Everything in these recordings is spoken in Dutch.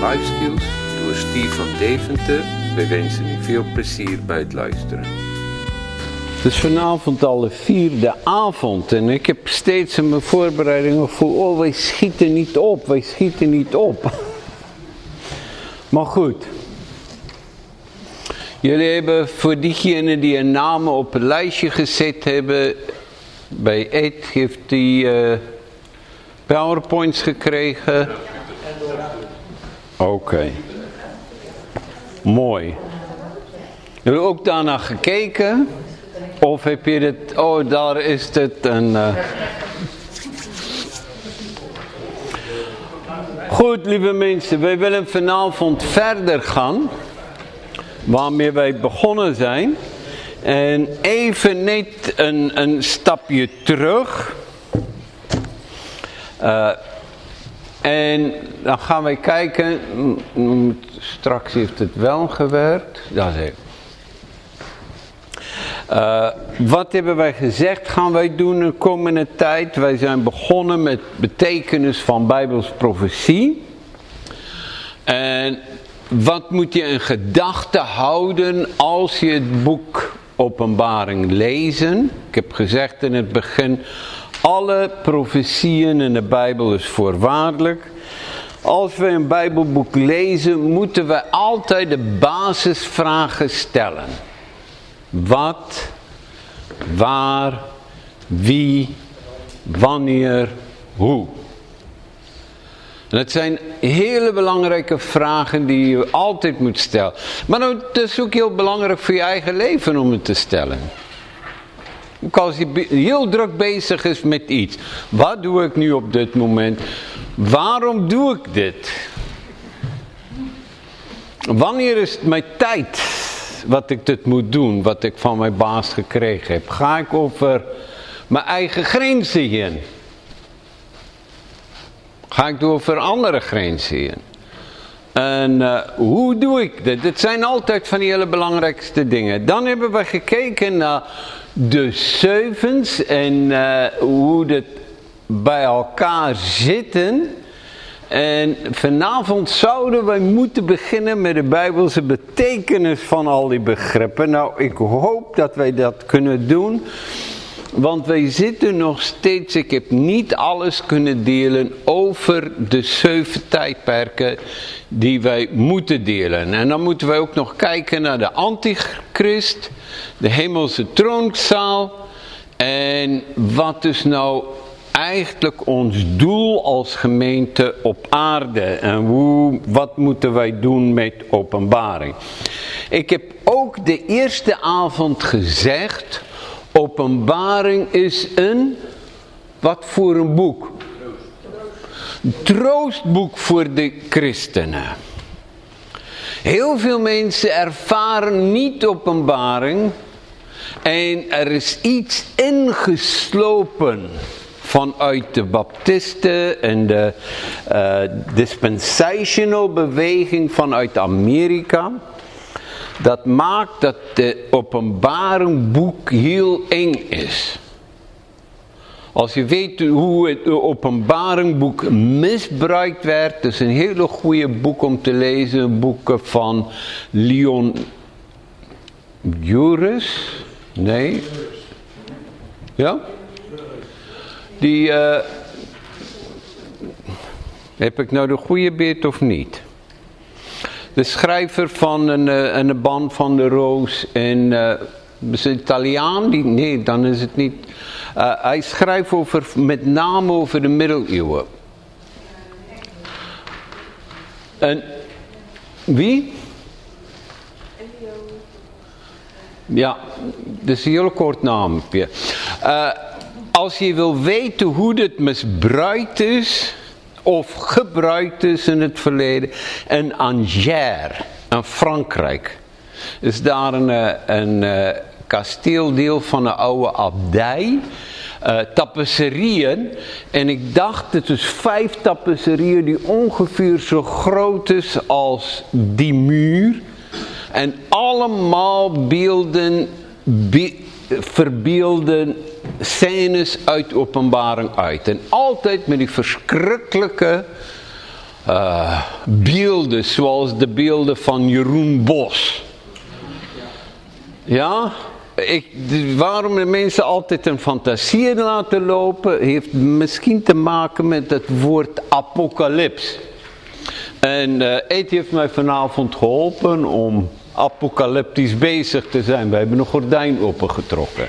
Life Skills door Steve van Deventer. We wensen u veel plezier bij het luisteren. Het is vanavond al de 4e avond en ik heb steeds in mijn voorbereiding gevoeld, wij schieten niet op. Maar goed. Jullie hebben voor diegenen die hun namen op een lijstje gezet hebben, bij Ed heeft die PowerPoints gekregen. Oké. Mooi. Jullie ook daarna gekeken? Of heb je het, oh daar is het een... Goed lieve mensen, wij willen vanavond verder gaan. Waarmee wij begonnen zijn. En even net een stapje terug. En dan gaan wij kijken. Straks heeft het wel gewerkt. Dat is het. Wat hebben wij gezegd gaan wij doen de komende tijd? Wij zijn begonnen met betekenis van Bijbels profetie. En wat moet je in gedachten houden als je het boek Openbaring lezen? Ik heb gezegd in het begin, alle profetieën in de Bijbel is voorwaardelijk. Als we een Bijbelboek lezen, moeten we altijd de basisvragen stellen. Wat, waar, wie, wanneer, hoe. En dat zijn hele belangrijke vragen die je altijd moet stellen. Maar nou, het is ook heel belangrijk voor je eigen leven om het te stellen. Ook als je heel druk bezig is met iets. Wat doe ik nu op dit moment? Waarom doe ik dit? Wanneer is het mijn tijd wat ik dit moet doen, wat ik van mijn baas gekregen heb? Ga ik over mijn eigen grenzen heen? Ga ik over andere grenzen heen? En hoe doe ik dit? Dit zijn altijd van die hele belangrijkste dingen. Dan hebben we gekeken naar de zeuvens en hoe dit bij elkaar zitten. En vanavond zouden wij moeten beginnen met de Bijbelse betekenis van al die begrippen. Nou, ik hoop dat wij dat kunnen doen. Want wij zitten nog steeds, ik heb niet alles kunnen delen over de 7 tijdperken die wij moeten delen. En dan moeten wij ook nog kijken naar de Antichrist, de hemelse troonzaal. En wat is nou eigenlijk ons doel als gemeente op aarde? En wat moeten wij doen met openbaring? Ik heb ook de eerste avond gezegd, Openbaring is wat voor een boek? Troostboek voor de christenen. Heel veel mensen ervaren niet openbaring. En er is iets ingeslopen vanuit de baptisten en de dispensational beweging vanuit Amerika. Dat maakt dat de openbaringboek heel eng is. Als je weet hoe het openbaringboek misbruikt werd. Het is een hele goede boek om te lezen. Boeken van Leon Juris. Nee. Ja? Die heb ik nou de goede beet of niet? De schrijver van een band van de Roos en is het Italiaan? Nee, dan is het niet. Hij schrijft met name over de middeleeuwen. En wie? Ja, dat is een heel kort naampje. Als je wil weten hoe dit misbruikt is of gebruikt is in het verleden. En Angers, in Frankrijk, is daar een kasteeldeel van een oude abdij. Tapisserieën. En ik dacht, het is 5 tapisserieën die ongeveer zo groot is als die muur. En allemaal beelden, verbeelden scènes uit Openbaring uit. En altijd met die verschrikkelijke beelden zoals de beelden van Jeroen Bos. Ja, waarom de mensen altijd een fantasie laten lopen, heeft misschien te maken met het woord apocalyps. En Ed heeft mij vanavond geholpen om apocalyptisch bezig te zijn. We hebben een gordijn opengetrokken.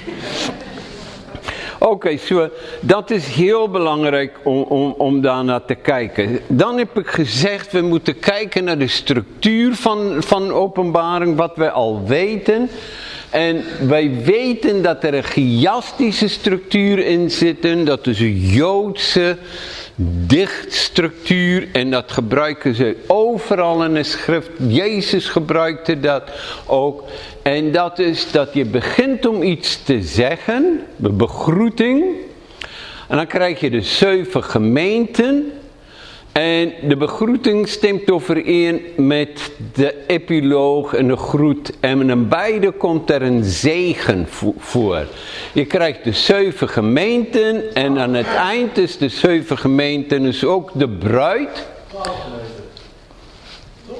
Oké, dat is heel belangrijk om daarnaar te kijken. Dan heb ik gezegd, we moeten kijken naar de structuur van openbaring, wat wij al weten. En wij weten dat er een chiastische structuur in zit, dat is een Joodse dichtstructuur en dat gebruiken ze overal in de schrift. Jezus gebruikte dat ook. En dat is dat je begint om iets te zeggen, de begroeting. En dan krijg je de 7 gemeenten. En de begroeting stemt overeen met de epiloog en de groet. En in beide komt er een zegen voor. Je krijgt de 7 gemeenten. En aan het eind is de 7 gemeenten dus ook de bruid. 12 gemeenten. Toch?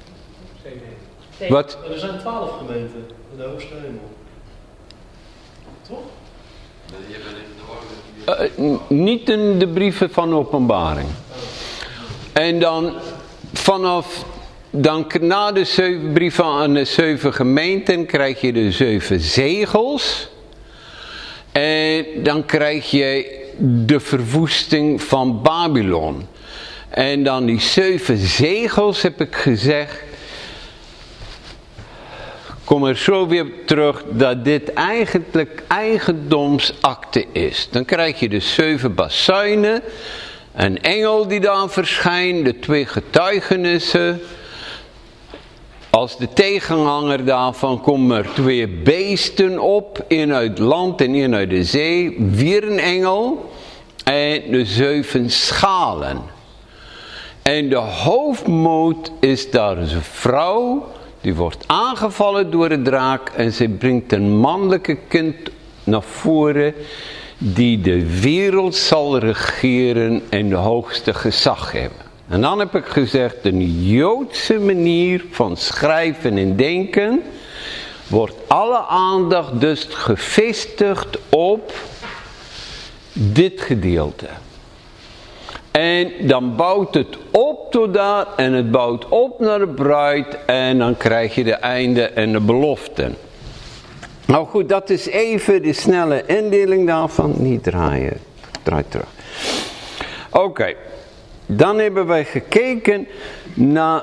Wat? Er zijn 12 gemeenten in de hoogste hemel. Toch? Niet in de brieven van openbaring. En dan na de 7 brieven aan de 7 gemeenten krijg je de 7 zegels. En dan krijg je de verwoesting van Babylon. En dan die 7 zegels heb ik gezegd. Kom er zo weer terug dat dit eigenlijk eigendomsakte is. Dan krijg je de 7 bazuinen. Een engel die dan verschijnt, de 2 getuigenissen. Als de tegenhanger daarvan komen er 2 beesten op. Één uit land en één uit de zee. Weer een engel. En de 7 schalen. En de hoofdmoot is daar een vrouw. Die wordt aangevallen door de draak. En ze brengt een mannelijke kind naar voren. Die de wereld zal regeren en de hoogste gezag hebben. En dan heb ik gezegd, een Joodse manier van schrijven en denken wordt alle aandacht dus gevestigd op dit gedeelte. En dan bouwt het op tot daar en het bouwt op naar de bruid en dan krijg je de einde en de beloften. Nou goed, dat is even de snelle indeling daarvan. Niet draaien, draai terug. Oké, dan hebben wij gekeken naar...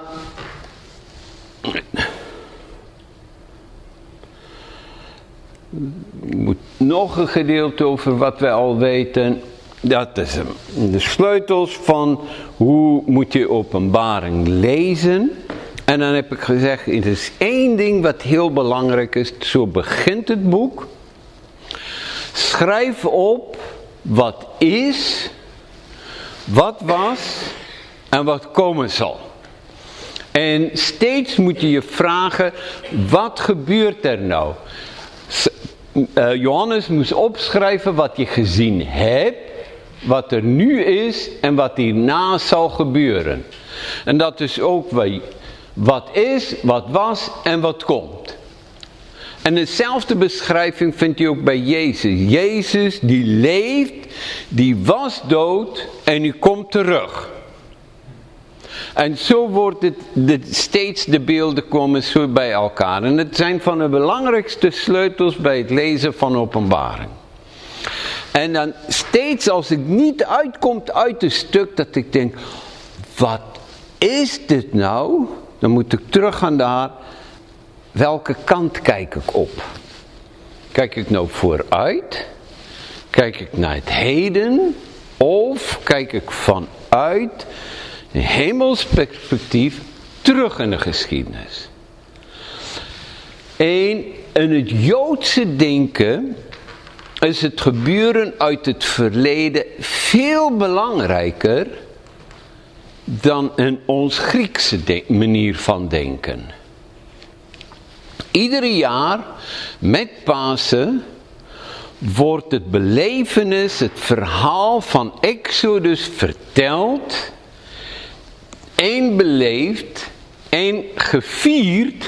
Moet nog een gedeelte over wat wij al weten. Dat is de sleutels van hoe moet je openbaring lezen. En dan heb ik gezegd, er is 1 ding wat heel belangrijk is. Zo begint het boek. Schrijf op wat is, wat was en wat komen zal. En steeds moet je je vragen, wat gebeurt er nou? Johannes moest opschrijven wat je gezien hebt, wat er nu is en wat hierna zal gebeuren. En dat is ook wat is, wat was en wat komt. En dezelfde beschrijving vindt u ook bij Jezus. Jezus die leeft, die was dood en die komt terug. En zo wordt het steeds de beelden komen zo bij elkaar. En het zijn van de belangrijkste sleutels bij het lezen van openbaring. En dan steeds als ik niet uitkom uit een stuk dat ik denk, wat is dit nou? Dan moet ik terug gaan daar. Welke kant kijk ik op? Kijk ik nou vooruit? Kijk ik naar het heden? Of kijk ik vanuit een hemelsperspectief terug in de geschiedenis? En in het Joodse denken is het gebeuren uit het verleden veel belangrijker dan in ons Griekse manier van denken. Ieder jaar met Pasen wordt het belevenis, het verhaal van Exodus verteld en beleefd en gevierd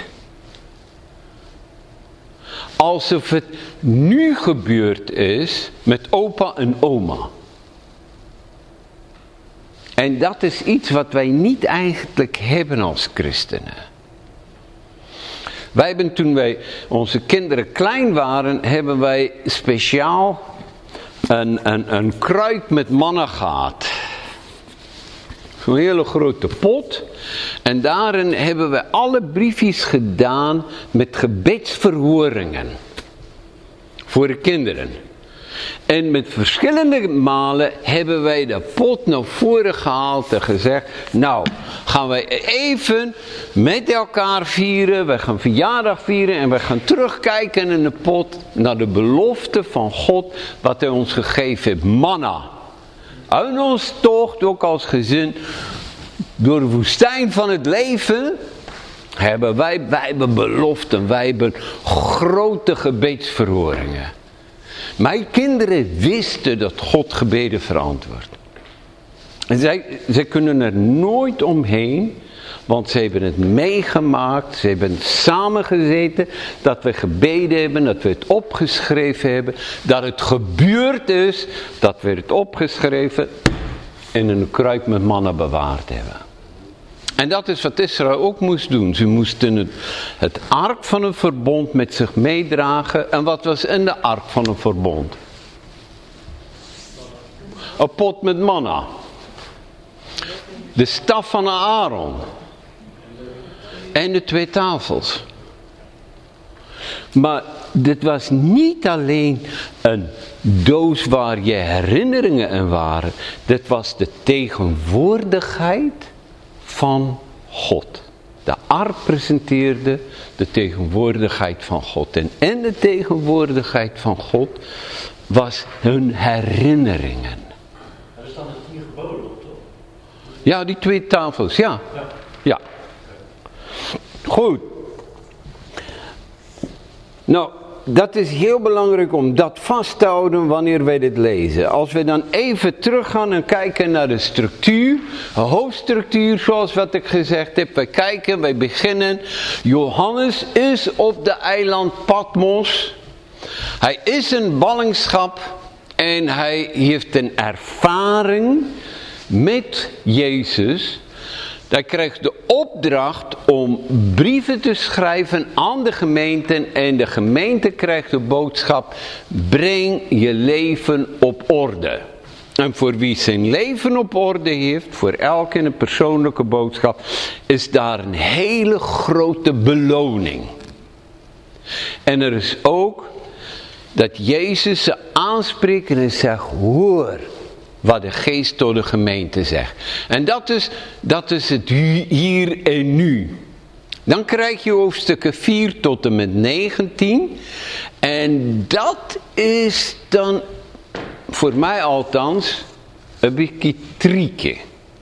alsof het nu gebeurd is met opa en oma. En dat is iets wat wij niet eigenlijk hebben als christenen. Wij hebben toen onze kinderen klein waren, hebben wij speciaal een kruik met manna gehad. Zo'n hele grote pot. En daarin hebben we alle briefjes gedaan met gebedsverhoringen. Voor de kinderen. En met verschillende malen hebben wij de pot naar voren gehaald en gezegd, nou, gaan wij even met elkaar vieren, wij gaan verjaardag vieren en wij gaan terugkijken in de pot naar de belofte van God, wat hij ons gegeven heeft, manna. Uit ons tocht, ook als gezin, door de woestijn van het leven, hebben wij hebben beloften, wij hebben grote gebedsverhoringen. Mijn kinderen wisten dat God gebeden verantwoordt. En zij kunnen er nooit omheen, want ze hebben het meegemaakt, ze hebben samengezeten, dat we gebeden hebben, dat we het opgeschreven hebben, dat het gebeurd is, dat we het opgeschreven en in een kruik met manna bewaard hebben. En dat is wat Israël ook moest doen. Ze moesten het ark van een verbond met zich meedragen. En wat was in de ark van een verbond? Een pot met manna. De staf van Aaron. En de 2 tafels. Maar dit was niet alleen een doos waar je herinneringen in waren. Dit was de tegenwoordigheid van God. De ark presenteerde de tegenwoordigheid van God. En in de tegenwoordigheid van God was hun herinneringen. Er staan er 10 geboden op, toch? Ja, die 2 tafels, ja. Ja. Goed. Nou, dat is heel belangrijk om dat vast te houden wanneer wij dit lezen. Als we dan even teruggaan en kijken naar de structuur, de hoofdstructuur zoals wat ik gezegd heb. Wij kijken, wij beginnen. Johannes is op de eiland Patmos. Hij is in ballingschap en hij heeft een ervaring met Jezus. Hij krijgt de opdracht om brieven te schrijven aan de gemeenten. En de gemeente krijgt de boodschap, breng je leven op orde. En voor wie zijn leven op orde heeft, voor elke een persoonlijke boodschap, is daar een hele grote beloning. En er is ook dat Jezus ze aanspreekt en zegt, hoor wat de geest tot de gemeente zegt. En dat is het hier en nu. Dan krijg je hoofdstukken 4 tot en met 19. En dat is dan, voor mij althans, een beetje tricky.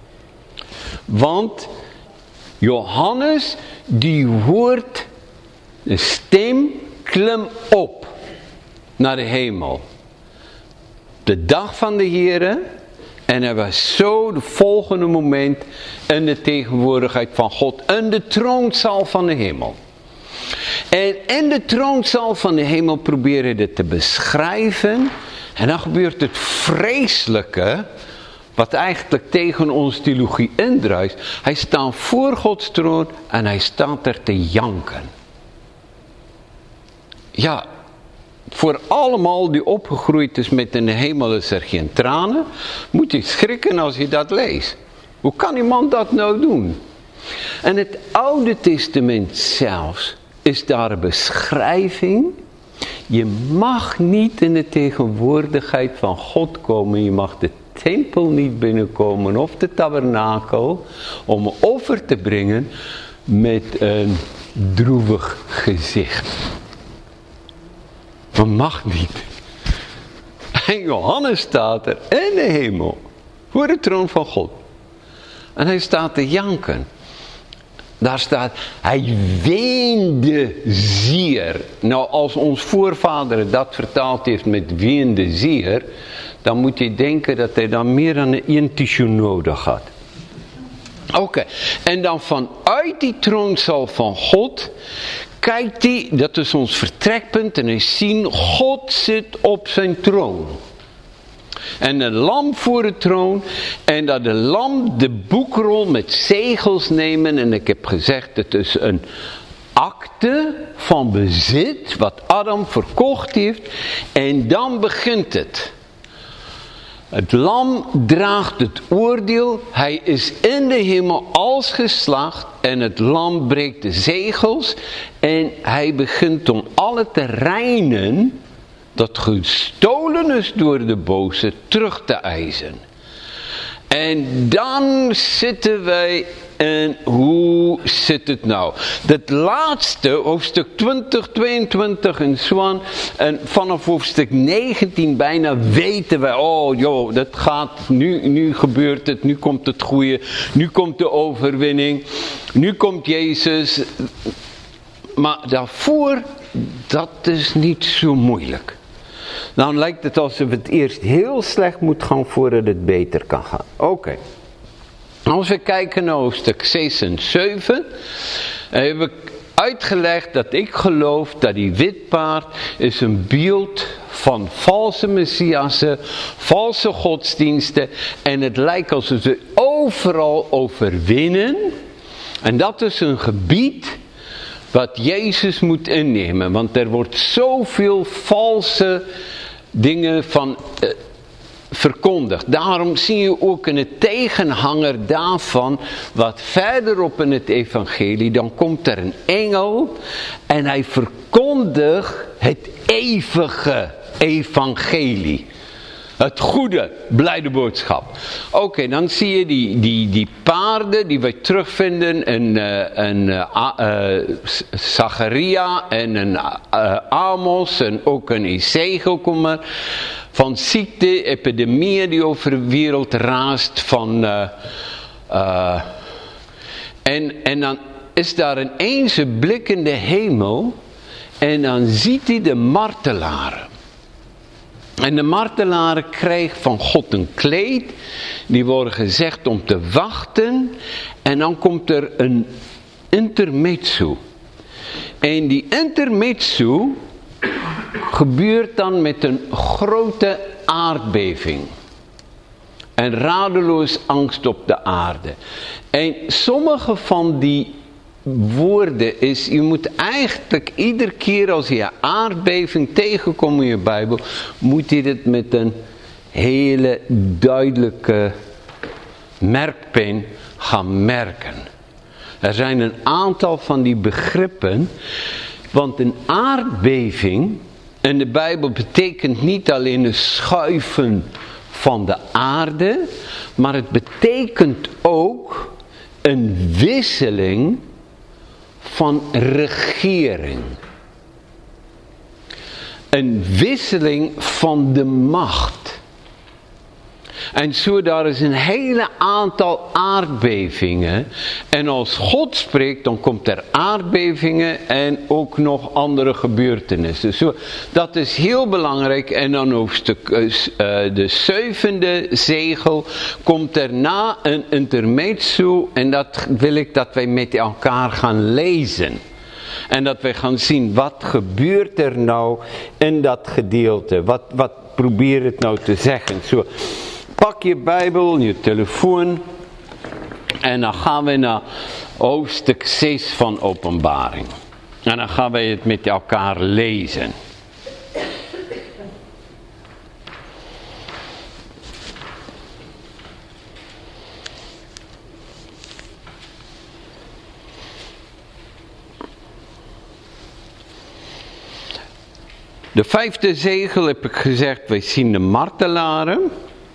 Want Johannes, die hoort de stem, klim op naar de hemel. De dag van de Heere. En hij was zo de volgende moment in de tegenwoordigheid van God. In de troonzaal van de hemel. En in de troonzaal van de hemel probeer je dit te beschrijven. En dan gebeurt het vreselijke. Wat eigenlijk tegen onze theologie indruist. Hij staat voor Gods troon en hij staat er te janken. Ja. Voor allemaal die opgegroeid is met in de hemel is er geen tranen. Moet je schrikken als je dat leest. Hoe kan iemand dat nou doen? En het Oude Testament zelfs is daar een beschrijving. Je mag niet in de tegenwoordigheid van God komen. Je mag de tempel niet binnenkomen of de tabernakel. Om een offer te brengen met een droevig gezicht. Dat mag niet. En Johannes staat er in de hemel. Voor de troon van God. En hij staat te janken. Daar staat, hij weende zeer. Nou, als ons voorvader dat vertaald heeft met weende zeer, dan moet je denken dat hij dan meer dan een tissue nodig had. Oké. En dan vanuit die troonzaal van God kijkt hij, dat is ons vertrekpunt, en hij ziet, God zit op zijn troon. En een lam voor de troon, en dat de lam de boekrol met zegels nemen, en ik heb gezegd, het is een akte van bezit, wat Adam verkocht heeft, en dan begint het. Het lam draagt het oordeel, hij is in de hemel als geslacht en het lam breekt de zegels en hij begint om alle terreinen dat gestolen is door de boze terug te eisen. En dan zitten wij en hoe zit het nou? Dat laatste, hoofdstuk 20, 22 en Zwan, en vanaf hoofdstuk 19 bijna weten wij, oh joh, dat gaat, nu gebeurt het, nu komt het goede, nu komt de overwinning, nu komt Jezus. Maar daarvoor, dat is niet zo moeilijk. Nou lijkt het alsof het eerst heel slecht moet gaan voordat het beter kan gaan. Oké. Als we kijken naar hoofdstuk 6 en 7, heb ik uitgelegd dat ik geloof dat die witpaard is een beeld van valse messiassen, valse godsdiensten. En het lijkt alsof ze overal overwinnen. En dat is een gebied wat Jezus moet innemen. Want er wordt zoveel valse dingen van verkondigd. Daarom zie je ook in het tegenhanger daarvan, wat verderop in het evangelie, dan komt er een engel en hij verkondigt het eeuwige evangelie. Het goede, blijde boodschap. Oké, dan zie je die paarden die wij terugvinden in Zacharia en in Amos en ook in Ezekiel komen. Van ziekte, epidemieën die over de wereld raast. En dan is daar ineens een blik in de hemel. En dan ziet hij de martelaren. En de martelaren krijgen van God een kleed. Die worden gezegd om te wachten. En dan komt er een intermezzo. En die intermezzo gebeurt dan met een grote aardbeving. En radeloos angst op de aarde. En sommige van die woorden is, je moet eigenlijk iedere keer als je aardbeving tegenkomt in je Bijbel, moet je dit met een hele duidelijke merkpen gaan merken. Er zijn een aantal van die begrippen, want een aardbeving in de Bijbel betekent niet alleen een schuiven van de aarde, maar het betekent ook een wisseling van regering. Een wisseling van de macht. En zo daar is een hele aantal aardbevingen. En als God spreekt, dan komt er aardbevingen en ook nog andere gebeurtenissen. Zo, dat is heel belangrijk. En dan hoofdstuk de 7e zegel komt erna een intermezzo. En dat wil ik dat wij met elkaar gaan lezen. En dat wij gaan zien, wat gebeurt er nou in dat gedeelte? Wat probeert het nou te zeggen? Zo. Pak je Bijbel, je telefoon en dan gaan we naar hoofdstuk 6 van Openbaring. En dan gaan wij het met elkaar lezen. De 5e zegel heb ik gezegd, wij zien de martelaren.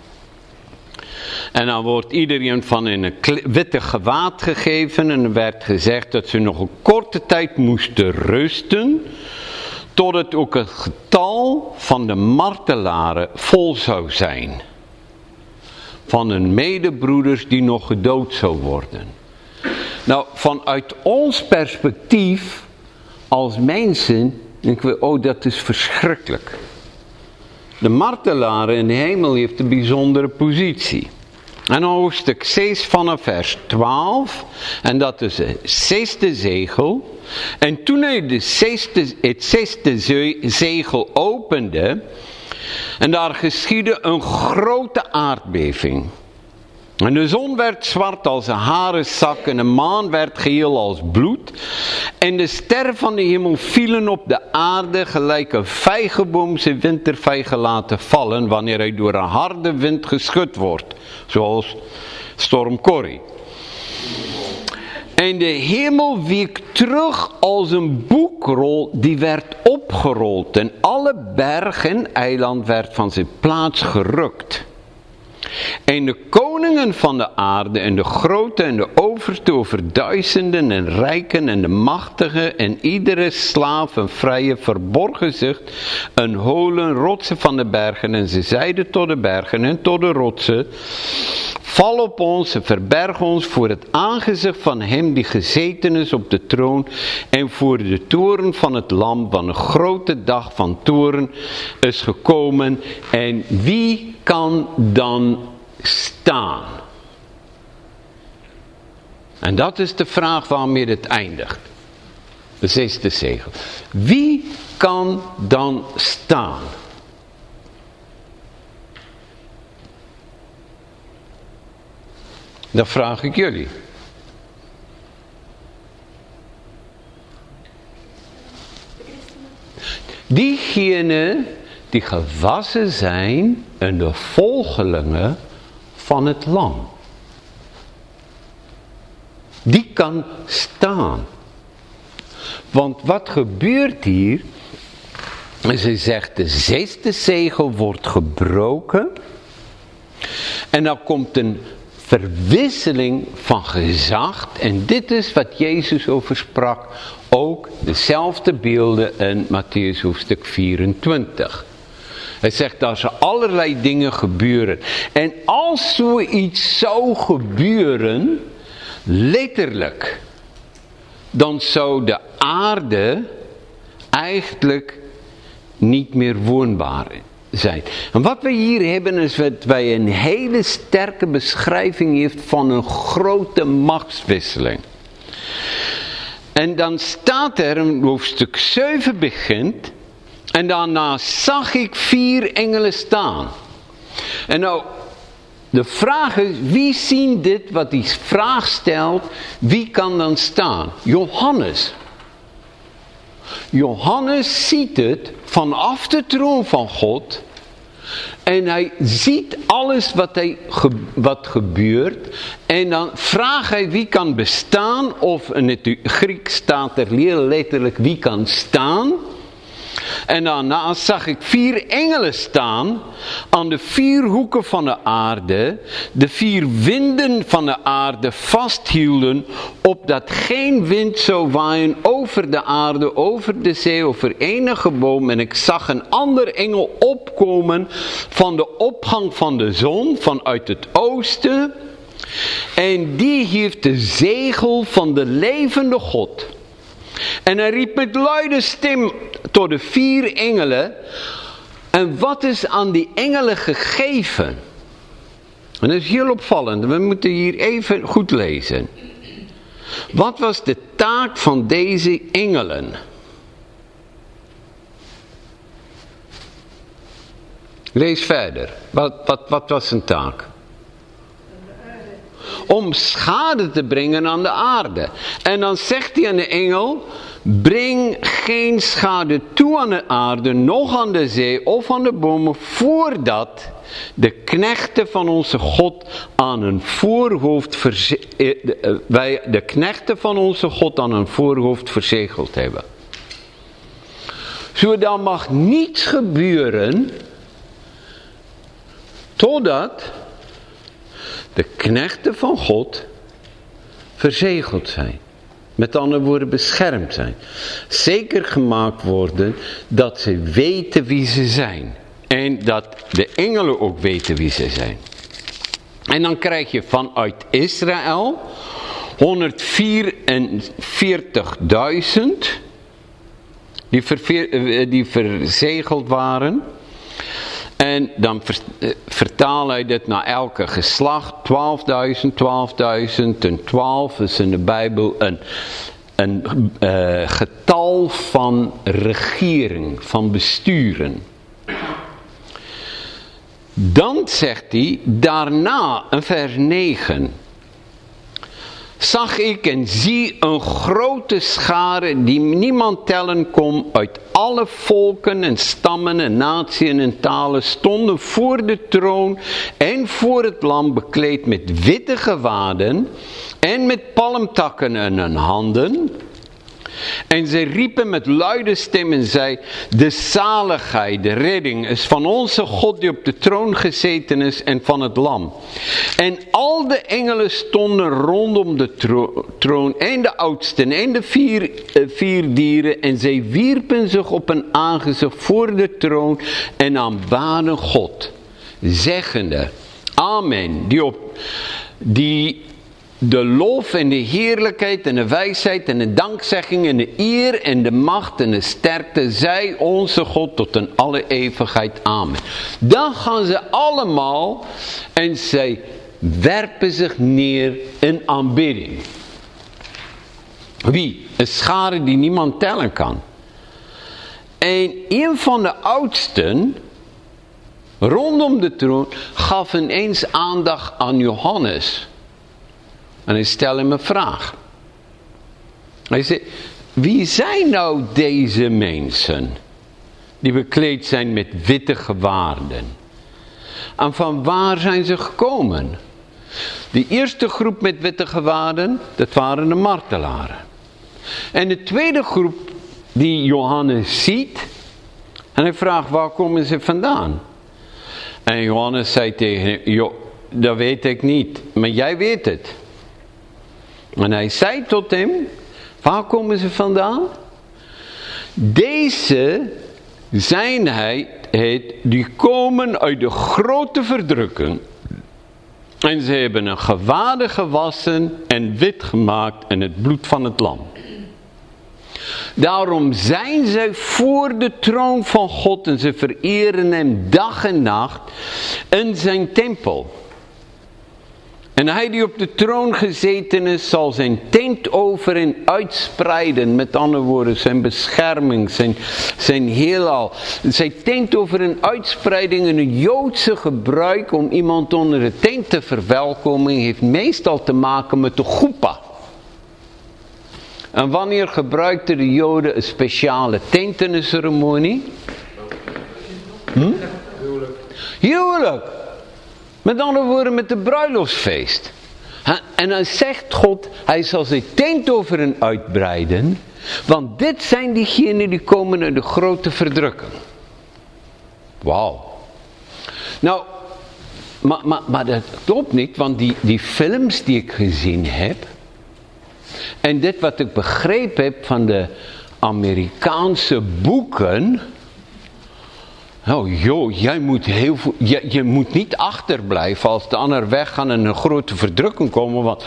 En dan wordt iedereen van in een witte gewaad gegeven. En er werd gezegd dat ze nog een korte tijd moesten rusten. Totdat ook het getal van de martelaren vol zou zijn. Van hun medebroeders die nog gedood zou worden. Nou, vanuit ons perspectief als mensen denken we, oh dat is verschrikkelijk. De martelaren in de hemel heeft een bijzondere positie. En dan hoofdstuk 6 vanaf vers 12. En dat is het 6e zegel. En toen hij het 6e zegel opende. En daar geschiedde een grote aardbeving. En de zon werd zwart als een harenzak en de maan werd geel als bloed. En de sterren van de hemel vielen op de aarde gelijk een vijgenboom zijn wintervijgen laten vallen wanneer hij door een harde wind geschud wordt. Zoals storm Corrie. En de hemel week terug als een boekrol die werd opgerold. En alle bergen en eiland werd van zijn plaats gerukt. En de koningen van de aarde en de grote en de overste over duizenden en rijken en de machtigen en iedere slaaf en vrije verborgen zich een holen rotsen van de bergen. En ze zeiden tot de bergen en tot de rotsen: val op ons en verberg ons voor het aangezicht van hem die gezeten is op de troon en voor de toren van het lam, want een grote dag van toren is gekomen. En wie kan dan staan? En dat is de vraag waarmee het eindigt. De 6e zegel. Wie kan dan staan? Dat vraag ik jullie. Diegenen die gewassen zijn in de volgelingen van het lam. Die kan staan. Want wat gebeurt hier? Ze zegt de 6e zegel wordt gebroken. En dan komt een verwisseling van gezag. En dit is wat Jezus over sprak. Ook dezelfde beelden in Mattheüs hoofdstuk 24. Hij zegt dat er allerlei dingen gebeuren. En als zoiets zou gebeuren, letterlijk, dan zou de aarde eigenlijk niet meer woonbaar zijn. En wat we hier hebben is dat wij een hele sterke beschrijving heeft van een grote machtswisseling. En dan staat er, in hoofdstuk 7 begint, en daarna zag ik 4 engelen staan. En nou, de vraag is, wie zien dit wat die vraag stelt, wie kan dan staan? Johannes. Johannes ziet het vanaf de troon van God. En hij ziet alles wat gebeurt. En dan vraagt hij wie kan bestaan. Of in het Grieks staat er heel letterlijk wie kan staan. En daarna zag ik 4 engelen staan aan de 4 hoeken van de aarde, de 4 winden van de aarde vasthielden, opdat geen wind zou waaien over de aarde, over de zee, over enige boom. En ik zag een ander engel opkomen van de opgang van de zon, vanuit het oosten. En die heeft de zegel van de levende God. En hij riep met luide stem tot de 4 engelen. En wat is aan die engelen gegeven? En dat is heel opvallend. We moeten hier even goed lezen. Wat was de taak van deze engelen? Lees verder. Wat was zijn taak? Om schade te brengen aan de aarde. En dan zegt hij aan de engel: breng geen schade toe aan de aarde, noch aan de zee of aan de bomen, voordat de knechten van onze God aan hun voorhoofd wij de knechten van onze God aan hun voorhoofd verzegeld hebben. Zodat mag niets gebeuren totdat de knechten van God verzegeld zijn. Met andere woorden beschermd zijn. Zeker gemaakt worden dat ze weten wie ze zijn. En dat de engelen ook weten wie ze zijn. En dan krijg je vanuit Israël 144.000 die verzegeld waren. En dan vertaalt hij dit naar elke geslacht. 12.000, 12.000 en 12 is in de Bijbel een getal van regering, van besturen. Dan zegt hij daarna in vers 9. Zag ik en zie een grote schare die niemand tellen kon uit alle volken en stammen en naties en talen stonden voor de troon en voor het lam bekleed met witte gewaden en met palmtakken in hun handen. En zij riepen met luide stem en zei: de zaligheid, de redding is van onze God die op de troon gezeten is en van het lam. En al de engelen stonden rondom de troon en de oudsten en de vier dieren. En zij wierpen zich op hun aangezicht voor de troon en aanbaden God, zeggende: Amen, die de lof en de heerlijkheid en de wijsheid en de dankzegging en de eer en de macht en de sterkte zij onze God tot in alle eeuwigheid. Amen. Dan gaan ze allemaal en zij werpen zich neer in aanbidding. Wie? Een schare die niemand tellen kan. En een van de oudsten rondom de troon gaf ineens aandacht aan Johannes. En hij stelde hem een vraag. Hij zei: wie zijn nou deze mensen die bekleed zijn met witte gewaden? En van waar zijn ze gekomen? De eerste groep met witte gewaden, dat waren de martelaren. En de tweede groep die Johannes ziet, en hij vraagt: waar komen ze vandaan? En Johannes zei tegen hem: dat weet ik niet, maar jij weet het. En hij zei tot hem: waar komen ze vandaan? Deze zijn het die komen uit de grote verdrukking. En ze hebben een gewaden gewassen en wit gemaakt in het bloed van het lam. Daarom zijn zij voor de troon van God en ze vereren hem dag en nacht in zijn tempel. En hij die op de troon gezeten is, zal zijn tent over en uitspreiden. Met andere woorden, zijn bescherming, zijn heelal. Zijn tent over en uitspreiding in het Joodse gebruik om iemand onder de tent te verwelkomen, heeft meestal te maken met de chuppah. En wanneer gebruikten de Joden een speciale tent in de ceremonie? Huwelijk. Met andere woorden, met de bruiloftsfeest. En dan zegt God, hij zal zijn tent over en uitbreiden. Want dit zijn diegenen die komen uit de grote verdrukking. Wauw. Nou, maar dat klopt niet, want die films die ik gezien heb. En dit wat ik begrepen heb van de Amerikaanse boeken. Oh joh, jij moet je moet niet achterblijven als de anderen weggaan en een grote verdrukking komen, want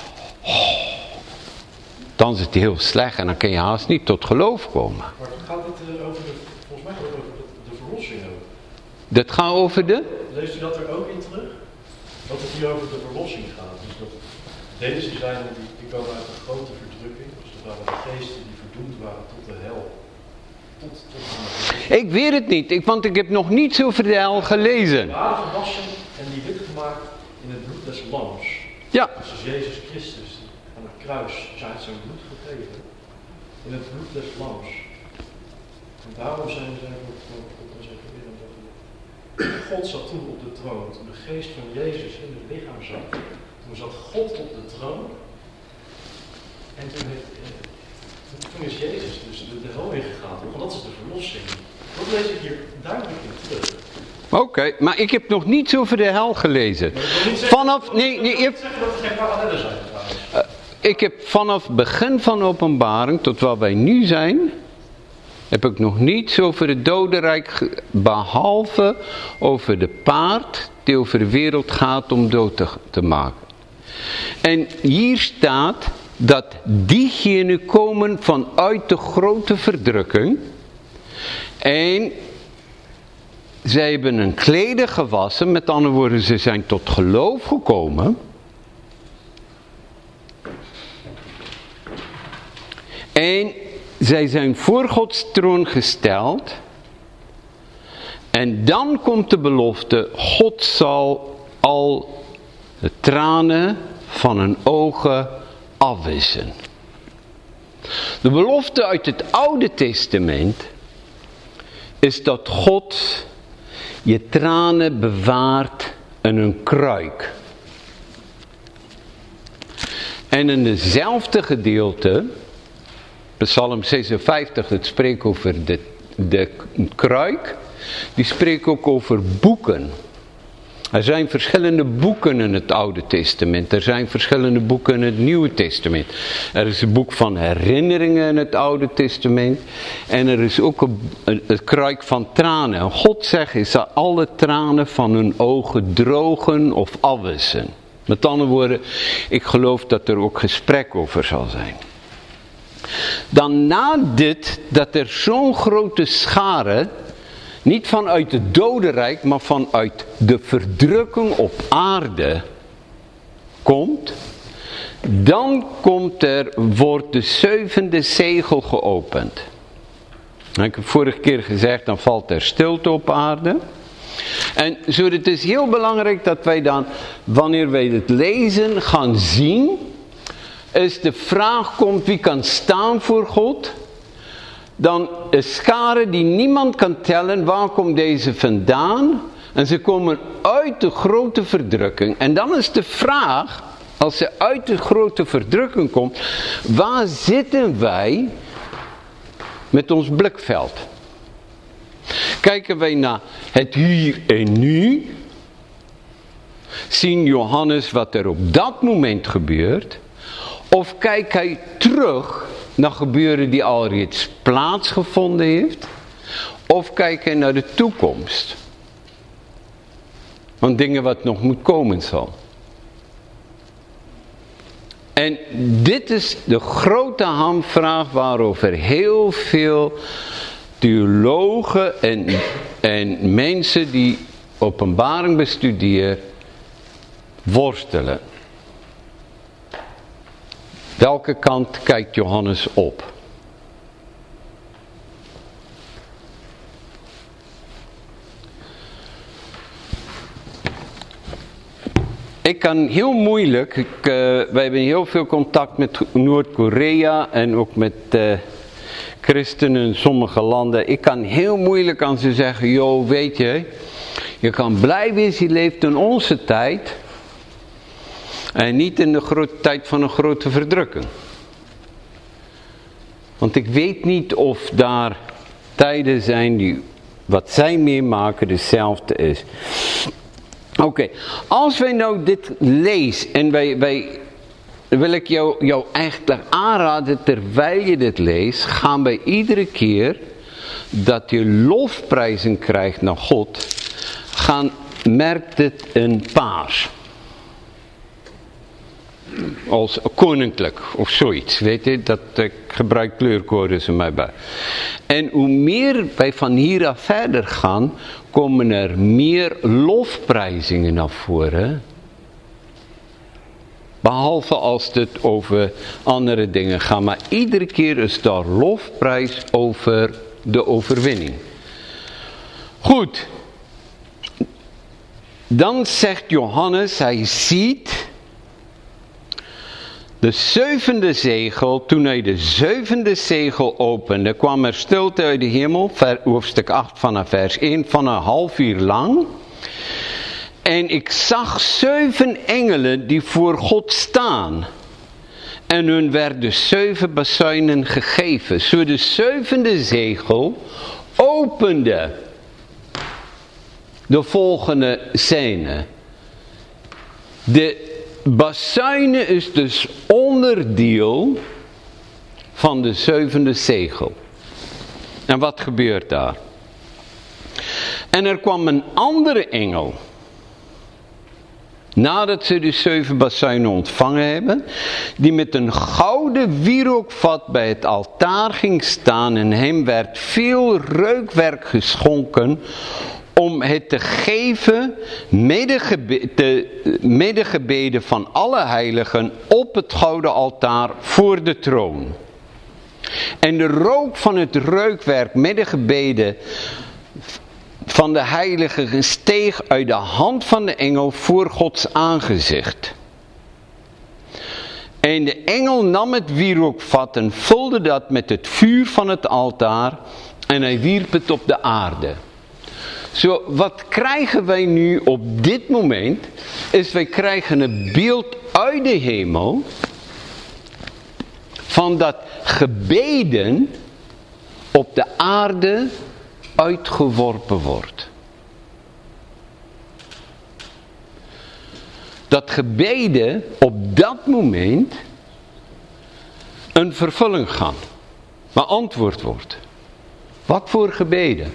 dan is het heel slecht en dan kun je haast niet tot geloof komen. Maar gaat dit over volgens mij over de verlossing ook? Dat gaat over de? Leest u dat er ook in terug? Dat het hier over de verlossing gaat. Dus dat deze zijn die komen uit een grote verdrukking. Dus dat waren de geesten die verdoemd waren tot de hel. Ik weet het niet, want ik heb nog niets over de hel gelezen. Die waren gewassen en die wit gemaakt in het bloed des lams. Ja. Dus Jezus Christus aan het kruis zijn bloed gegeven in het bloed des lams. En daarom zijn we God zat toen op de troon. Toen de geest van Jezus in het lichaam zat. Toen zat God op de troon. En toen is Jezus dus de hel ingegaan. Want dat is de verlossing. Dat lees ik hier duidelijk in terug. Oké, maar ik heb nog niets over de hel gelezen. Ik heb vanaf het begin van de openbaring tot waar wij nu zijn, heb ik nog niets over het dodenrijk, behalve over de paard die over de wereld gaat om dood te maken. En hier staat dat diegenen komen vanuit de grote verdrukking en zij hebben hun kleden gewassen. Met andere woorden, ze zijn tot geloof gekomen. En zij zijn voor Gods troon gesteld. En dan komt de belofte, God zal al de tranen van hun ogen afwissen. De belofte uit het Oude Testament is dat God je tranen bewaart in een kruik. En in dezelfde gedeelte, Psalm 56, het spreekt over de kruik, die spreekt ook over boeken. Er zijn verschillende boeken in het Oude Testament. Er zijn verschillende boeken in het Nieuwe Testament. Er is een boek van herinneringen in het Oude Testament. En er is ook een kruik van tranen. En God zegt, is dat alle tranen van hun ogen drogen of afwissen. Met andere woorden, ik geloof dat er ook gesprek over zal zijn. Dan na dit, dat er zo'n grote schare, niet vanuit het dodenrijk, maar vanuit de verdrukking op aarde komt, dan wordt de zevende zegel geopend. Ik heb vorige keer gezegd, dan valt er stilte op aarde. En zo, het is heel belangrijk dat wij dan, wanneer wij het lezen, gaan zien, is de vraag komt wie kan staan voor God. Dan een schare die niemand kan tellen, waar komt deze vandaan? En ze komen uit de grote verdrukking. En dan is de vraag, als ze uit de grote verdrukking komt, waar zitten wij met ons blikveld? Kijken wij naar het hier en nu, zien Johannes wat er op dat moment gebeurt, of kijkt hij terug naar gebeuren die al reeds plaatsgevonden heeft, of kijkt hij naar de toekomst, van dingen wat nog moet komen zal. En dit is de grote hamvraag waarover heel veel theologen en mensen die openbaring bestuderen worstelen. Welke kant kijkt Johannes op? Ik kan heel moeilijk, wij hebben heel veel contact met Noord-Korea en ook met christenen in sommige landen. Ik kan heel moeilijk aan ze zeggen, joh, weet je kan blij wezen, je leeft in onze tijd. En niet in de tijd van een grote verdrukking. Want ik weet niet of daar tijden zijn die wat zij meemaken dezelfde is. Oké, als wij nou dit lezen en wil ik jou eigenlijk aanraden, terwijl je dit leest, gaan wij iedere keer dat je lofprijzen krijgt naar God, merkt dit in paars. Als koninklijk of zoiets, weet je, dat ik gebruik kleurcodes in mij bij. En hoe meer wij van hier af verder gaan, komen er meer lofprijzingen naar voren. Behalve als het over andere dingen gaat. Maar iedere keer is daar lofprijs over de overwinning. Goed. Dan zegt Johannes, hij ziet de zevende zegel. Toen hij de zevende zegel opende, kwam er stilte uit de hemel. Hoofdstuk 8 vanaf vers 1, van een half uur lang. En ik zag 7 engelen die voor God staan. En hun werden 7 bazuinen gegeven. Zo de zevende zegel opende de volgende scène. De bazuinen is dus onderdeel van de zevende zegel. En wat gebeurt daar? En er kwam een andere engel. Nadat ze de 7 bazuinen ontvangen hebben, die met een gouden wierookvat bij het altaar ging staan, en hem werd veel reukwerk geschonken om het te geven met de gebeden van alle heiligen op het gouden altaar voor de troon. En de rook van het reukwerk met de gebeden van de heiligen steeg uit de hand van de engel voor Gods aangezicht. En de engel nam het wierookvat en vulde dat met het vuur van het altaar en hij wierp het op de aarde. Zo, wat krijgen wij nu op dit moment? Is wij krijgen een beeld uit de hemel van dat gebeden op de aarde uitgeworpen wordt. Dat gebeden op dat moment een vervulling gaan, beantwoord wordt. Wat voor gebeden?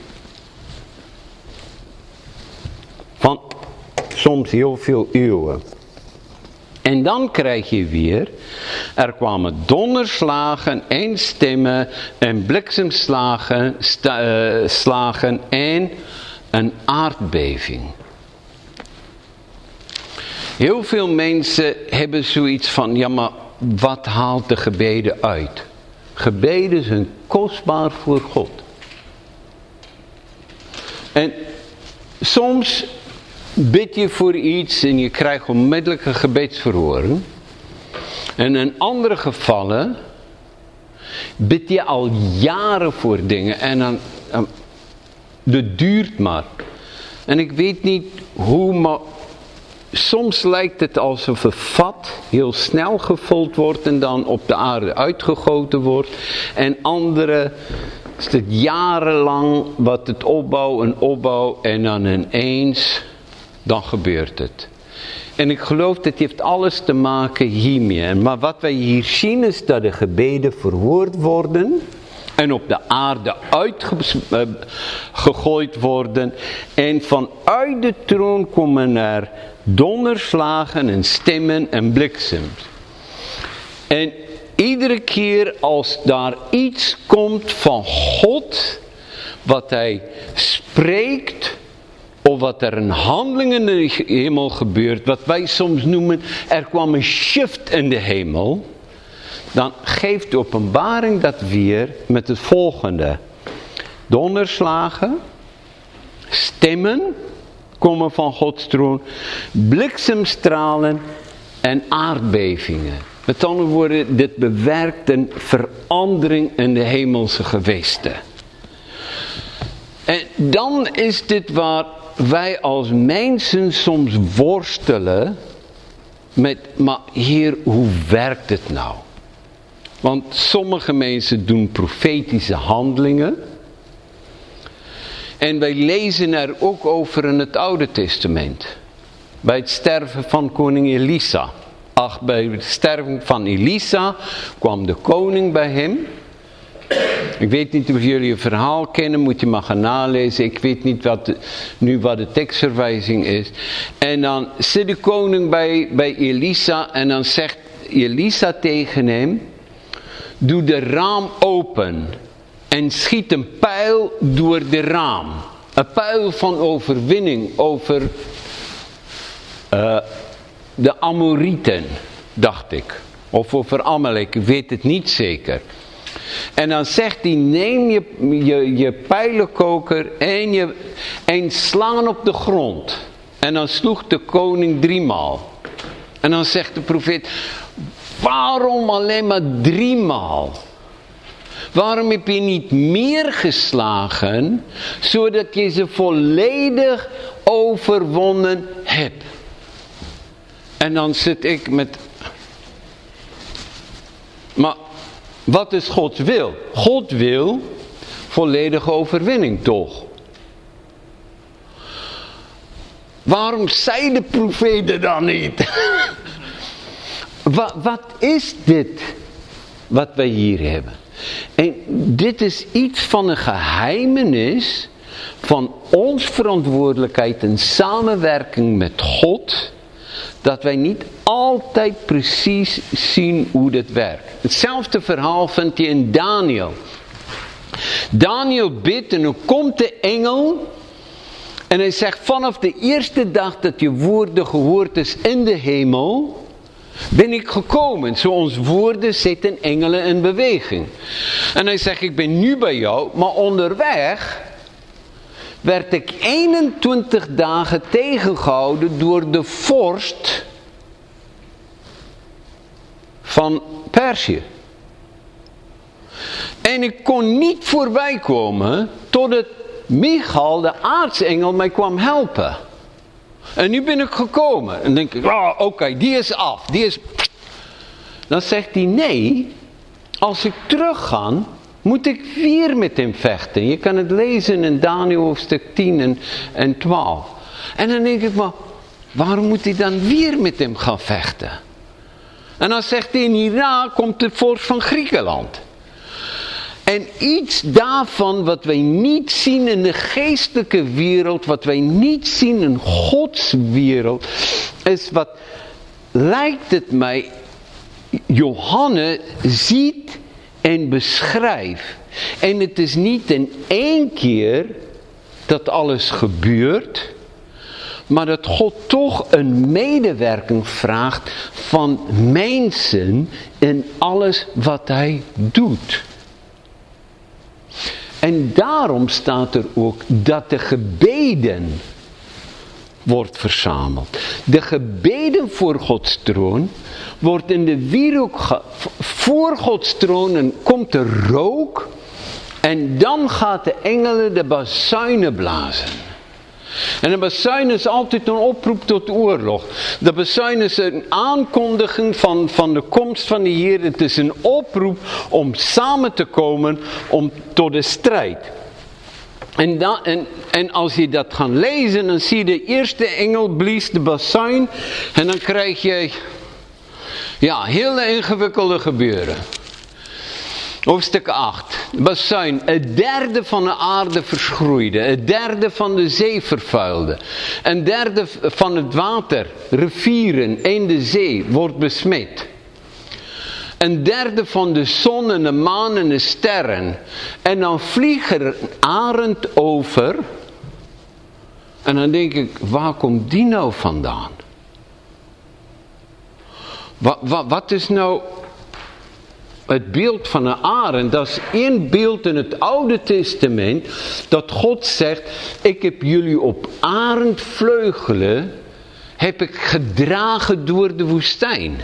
Van soms heel veel eeuwen. En dan krijg je weer, er kwamen donderslagen en stemmen en bliksemslagen slagen en een aardbeving. Heel veel mensen hebben zoiets van, ja maar wat haalt de gebeden uit? Gebeden zijn kostbaar voor God. En soms bid je voor iets en je krijgt onmiddellijk een gebedsverhoring. En in andere gevallen bid je al jaren voor dingen en dan dat duurt maar. En ik weet niet hoe, maar soms lijkt het alsof een vat heel snel gevuld wordt en dan op de aarde uitgegoten wordt. En andere is het jarenlang wat het opbouw en dan ineens, dan gebeurt het. En ik geloof dat heeft alles te maken hiermee. Maar wat wij hier zien is dat de gebeden verhoord worden en op de aarde uitgegooid worden. En vanuit de troon komen er donderslagen en stemmen en bliksems. En iedere keer als daar iets komt van God, wat hij spreekt, of wat er een handeling in de hemel gebeurt, wat wij soms noemen, er kwam een shift in de hemel, dan geeft de openbaring dat weer met het volgende. Donderslagen, stemmen komen van Gods troon, bliksemstralen en aardbevingen. Met andere woorden, dit bewerkt een verandering in de hemelse gewesten. En dan is dit waar wij als mensen soms worstelen met, maar Heer, hoe werkt het nou? Want sommige mensen doen profetische handelingen. En wij lezen er ook over in het Oude Testament. Bij het sterven van koning Elisa. Bij het sterven van Elisa kwam de koning bij hem. Ik weet niet of jullie een verhaal kennen, moet je maar gaan nalezen. Ik weet niet wat de tekstverwijzing is. En dan zit de koning bij Elisa en dan zegt Elisa tegen hem: doe de raam open en schiet een pijl door de raam. Een pijl van overwinning over de Amorieten, dacht ik. Of over Amalek, ik weet het niet zeker. En dan zegt hij, neem je pijlenkoker en slaan op de grond. En dan sloeg de koning 3 maal. En dan zegt de profeet, waarom alleen maar 3 maal? Waarom heb je niet meer geslagen, zodat je ze volledig overwonnen hebt? En dan zit ik met... Maar wat is Gods wil? God wil volledige overwinning, toch? Waarom zei de profeten dan niet? Wat is dit wat wij hier hebben? En dit is iets van een geheimenis van ons verantwoordelijkheid en samenwerking met God, dat wij niet altijd precies zien hoe dit werkt. Hetzelfde verhaal vind je in Daniel. Daniel bidt en dan komt de engel En hij zegt, vanaf de eerste dag dat je woorden gehoord is in de hemel, ben ik gekomen. Zoals woorden zetten engelen in beweging. En hij zegt, ik ben nu bij jou, maar onderweg werd ik 21 dagen tegengehouden door de vorst van Perzië. En ik kon niet voorbij komen totdat Michael, de aartsengel, mij kwam helpen. En nu ben ik gekomen. En denk ik, oké, die is af. Dan zegt hij, nee, als ik terug ga, moet ik weer met hem vechten. Je kan het lezen in Daniel hoofdstuk 10 en 12. En dan denk ik, maar waarom moet hij dan weer met hem gaan vechten? En dan zegt hij, hierna komt de vorst van Griekenland. En iets daarvan wat wij niet zien in de geestelijke wereld, wat wij niet zien in Gods wereld, is wat, lijkt het mij, Johannes ziet en beschrijft. En het is niet in één keer dat alles gebeurt, maar dat God toch een medewerking vraagt van mensen in alles wat hij doet. En daarom staat er ook dat de gebeden wordt verzameld. De gebeden voor Gods troon wordt in de wierook voor Gods troon en komt er rook. En dan gaat de engelen de bazuinen blazen. En de bazuin is altijd een oproep tot oorlog. De bazuin is een aankondiging van de komst van de Heer. Het is een oproep om samen te komen tot de strijd. En als je dat gaat lezen, dan zie je de eerste engel blies de bazuin. En dan krijg je hele ingewikkelde gebeuren. Hoofdstuk 8. Bazuin. Het derde van de aarde verschroeide. Het derde van de zee vervuilde. Een derde van het water, rivieren en de zee wordt besmet. Een derde van de zon en de maan en de sterren. En dan vliegt er een arend over. En dan denk ik, waar komt die nou vandaan? Wat is nou het beeld van een arend? Dat is één beeld in het Oude Testament. Dat God zegt, ik heb jullie op arendvleugelen heb ik gedragen door de woestijn.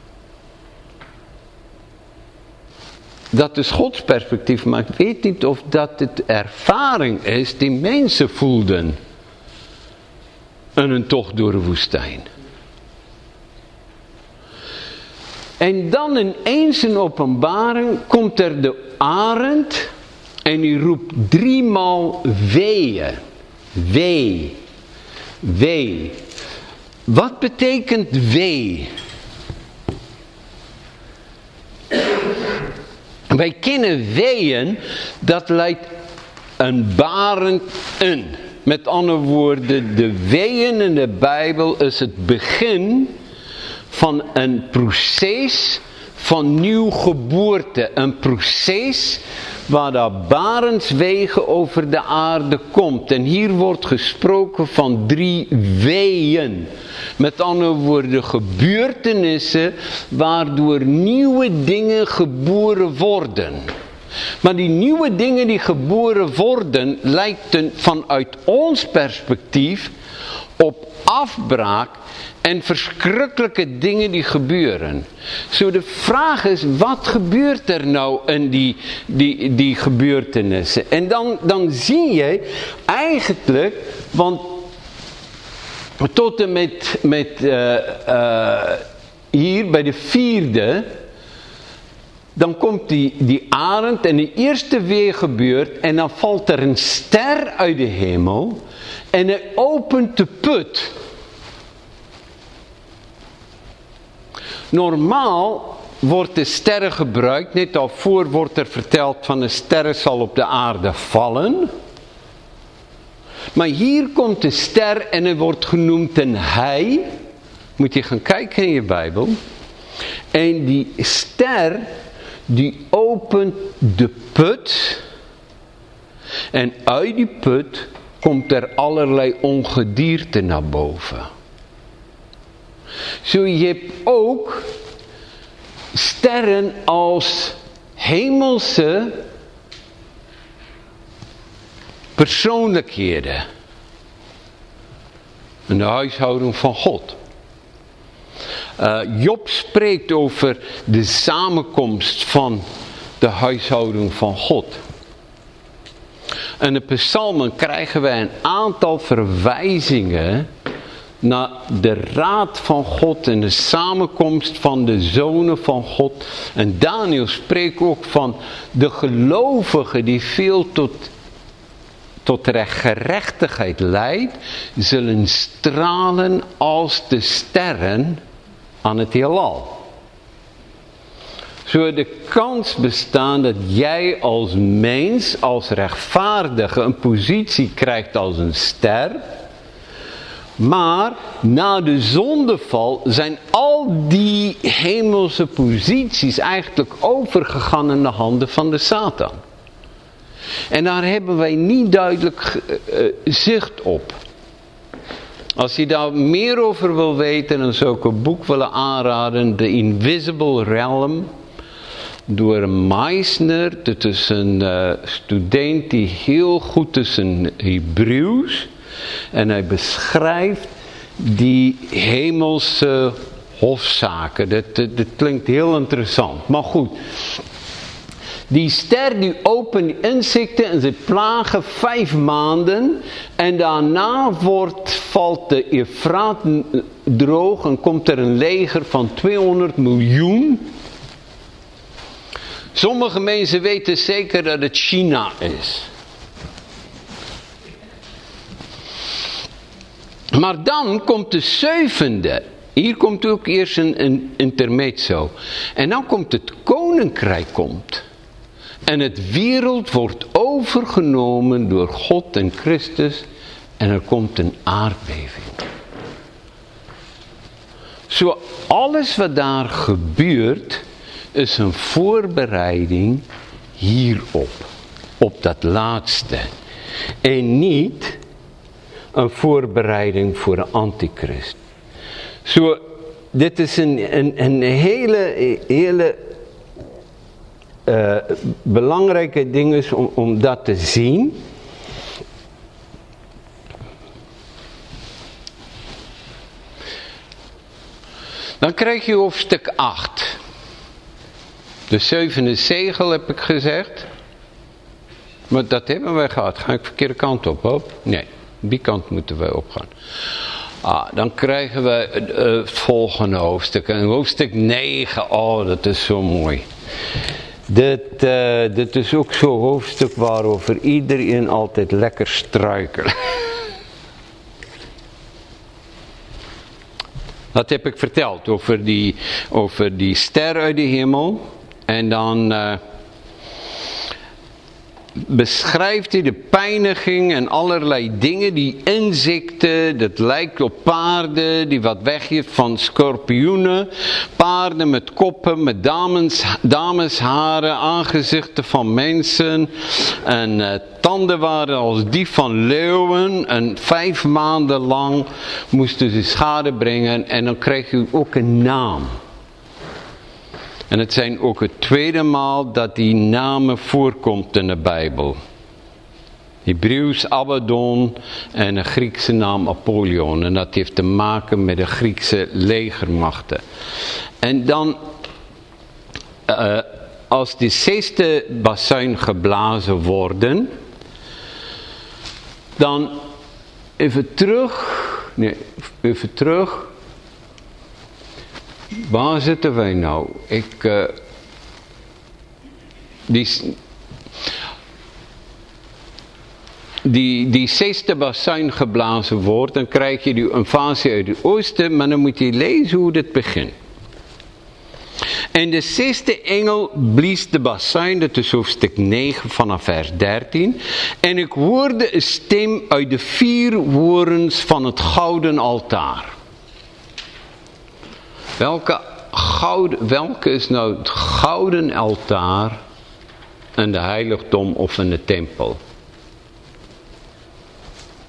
Dat is Gods perspectief, maar ik weet niet of dat het ervaring is die mensen voelden in een tocht door de woestijn. En dan ineens in openbaring komt er de arend en die roept 3 maal weeën. Wee. Wee. Wat betekent wee? Wij kennen weeën, dat leidt een barend in. Met andere woorden, de weeën in de Bijbel is het begin van een proces van nieuw geboorte. Een proces waar de barendswegen over de aarde komt. En hier wordt gesproken van 3 weeën. Met andere woorden, gebeurtenissen waardoor nieuwe dingen geboren worden. Maar die nieuwe dingen die geboren worden, lijken vanuit ons perspectief op afbraak en verschrikkelijke dingen die gebeuren. Zo de vraag is, wat gebeurt er nou in die gebeurtenissen? En dan zie je eigenlijk, want tot en met hier bij de 4e, dan komt die arend en de eerste weer gebeurt en dan valt er een ster uit de hemel en hij opent de put. Normaal wordt de sterren gebruikt, net al voor wordt er verteld van de sterren zal op de aarde vallen. Maar hier komt de ster en hij wordt genoemd een hij. Moet je gaan kijken in je Bijbel. En die ster die opent de put. En uit die put komt er allerlei ongedierte naar boven. Zo je hebt ook sterren als hemelse persoonlijkheden. In de huishouding van God. Job spreekt over de samenkomst van de huishouding van God. In de psalmen krijgen wij een aantal verwijzingen naar de raad van God en de samenkomst van de zonen van God. En Daniel spreekt ook van de gelovigen die veel tot gerechtigheid leidt, zullen stralen als de sterren aan het heelal. Zo de kans bestaan dat jij als mens, als rechtvaardige, een positie krijgt als een ster. Maar na de zondeval zijn al die hemelse posities eigenlijk overgegaan in de handen van de Satan. En daar hebben wij niet duidelijk zicht op. Als je daar meer over wil weten, dan zou ik een boek willen aanraden, The Invisible Realm, door Meissner. Dat is een student die heel goed is in Hebreeuws. En hij beschrijft die hemelse hofzaken. Dat klinkt heel interessant. Maar goed. Die ster die opent inzichten en ze plagen 5 maanden. En daarna valt de Eufraat droog en komt er een leger van 200 miljoen. Sommige mensen weten zeker dat het China is. Maar dan komt de 7e. Hier komt ook eerst een intermezzo. En dan komt het koninkrijk komt. En het wereld wordt overgenomen door God en Christus. En er komt een aardbeving. Zo alles wat daar gebeurt is een voorbereiding hierop. Op dat laatste. En niet een voorbereiding voor de antichrist. Zo, dit is een hele belangrijke ding is om dat te zien. Dan krijg je hoofdstuk 8. De 7e zegel heb ik gezegd. Maar dat hebben wij gehad. Ga ik de verkeerde kant op? Nee, die kant moeten wij opgaan. Dan krijgen we het volgende hoofdstuk. En hoofdstuk 9. Oh, dat is zo mooi. Dit is ook zo'n hoofdstuk waarover iedereen altijd lekker struikelt. Dat heb ik verteld over die ster uit de hemel. En dan beschrijft hij de pijniging en allerlei dingen, die inzichten, dat lijkt op paarden die wat weggeeft van schorpioenen, paarden met koppen, met damesharen, aangezichten van mensen en tanden waren als die van leeuwen en 5 maanden lang moesten ze schade brengen en dan krijg je ook een naam. En het zijn ook het tweede maal dat die namen voorkomt in de Bijbel. Hebreeuws Abaddon en de Griekse naam Apollyon. En dat heeft te maken met de Griekse legermachten. En dan, als de 6e bazuin geblazen worden, dan even terug. Waar zitten wij nou? Die 6e bazuin geblazen wordt, dan krijg je die invasie uit het oosten, maar dan moet je lezen hoe dit begint. En de 6e engel blies de bazuin, dat is hoofdstuk 9 vanaf vers 13. En ik hoorde een stem uit de 4 horens van het gouden altaar. Welke is nou het gouden altaar in de heiligdom of in de tempel?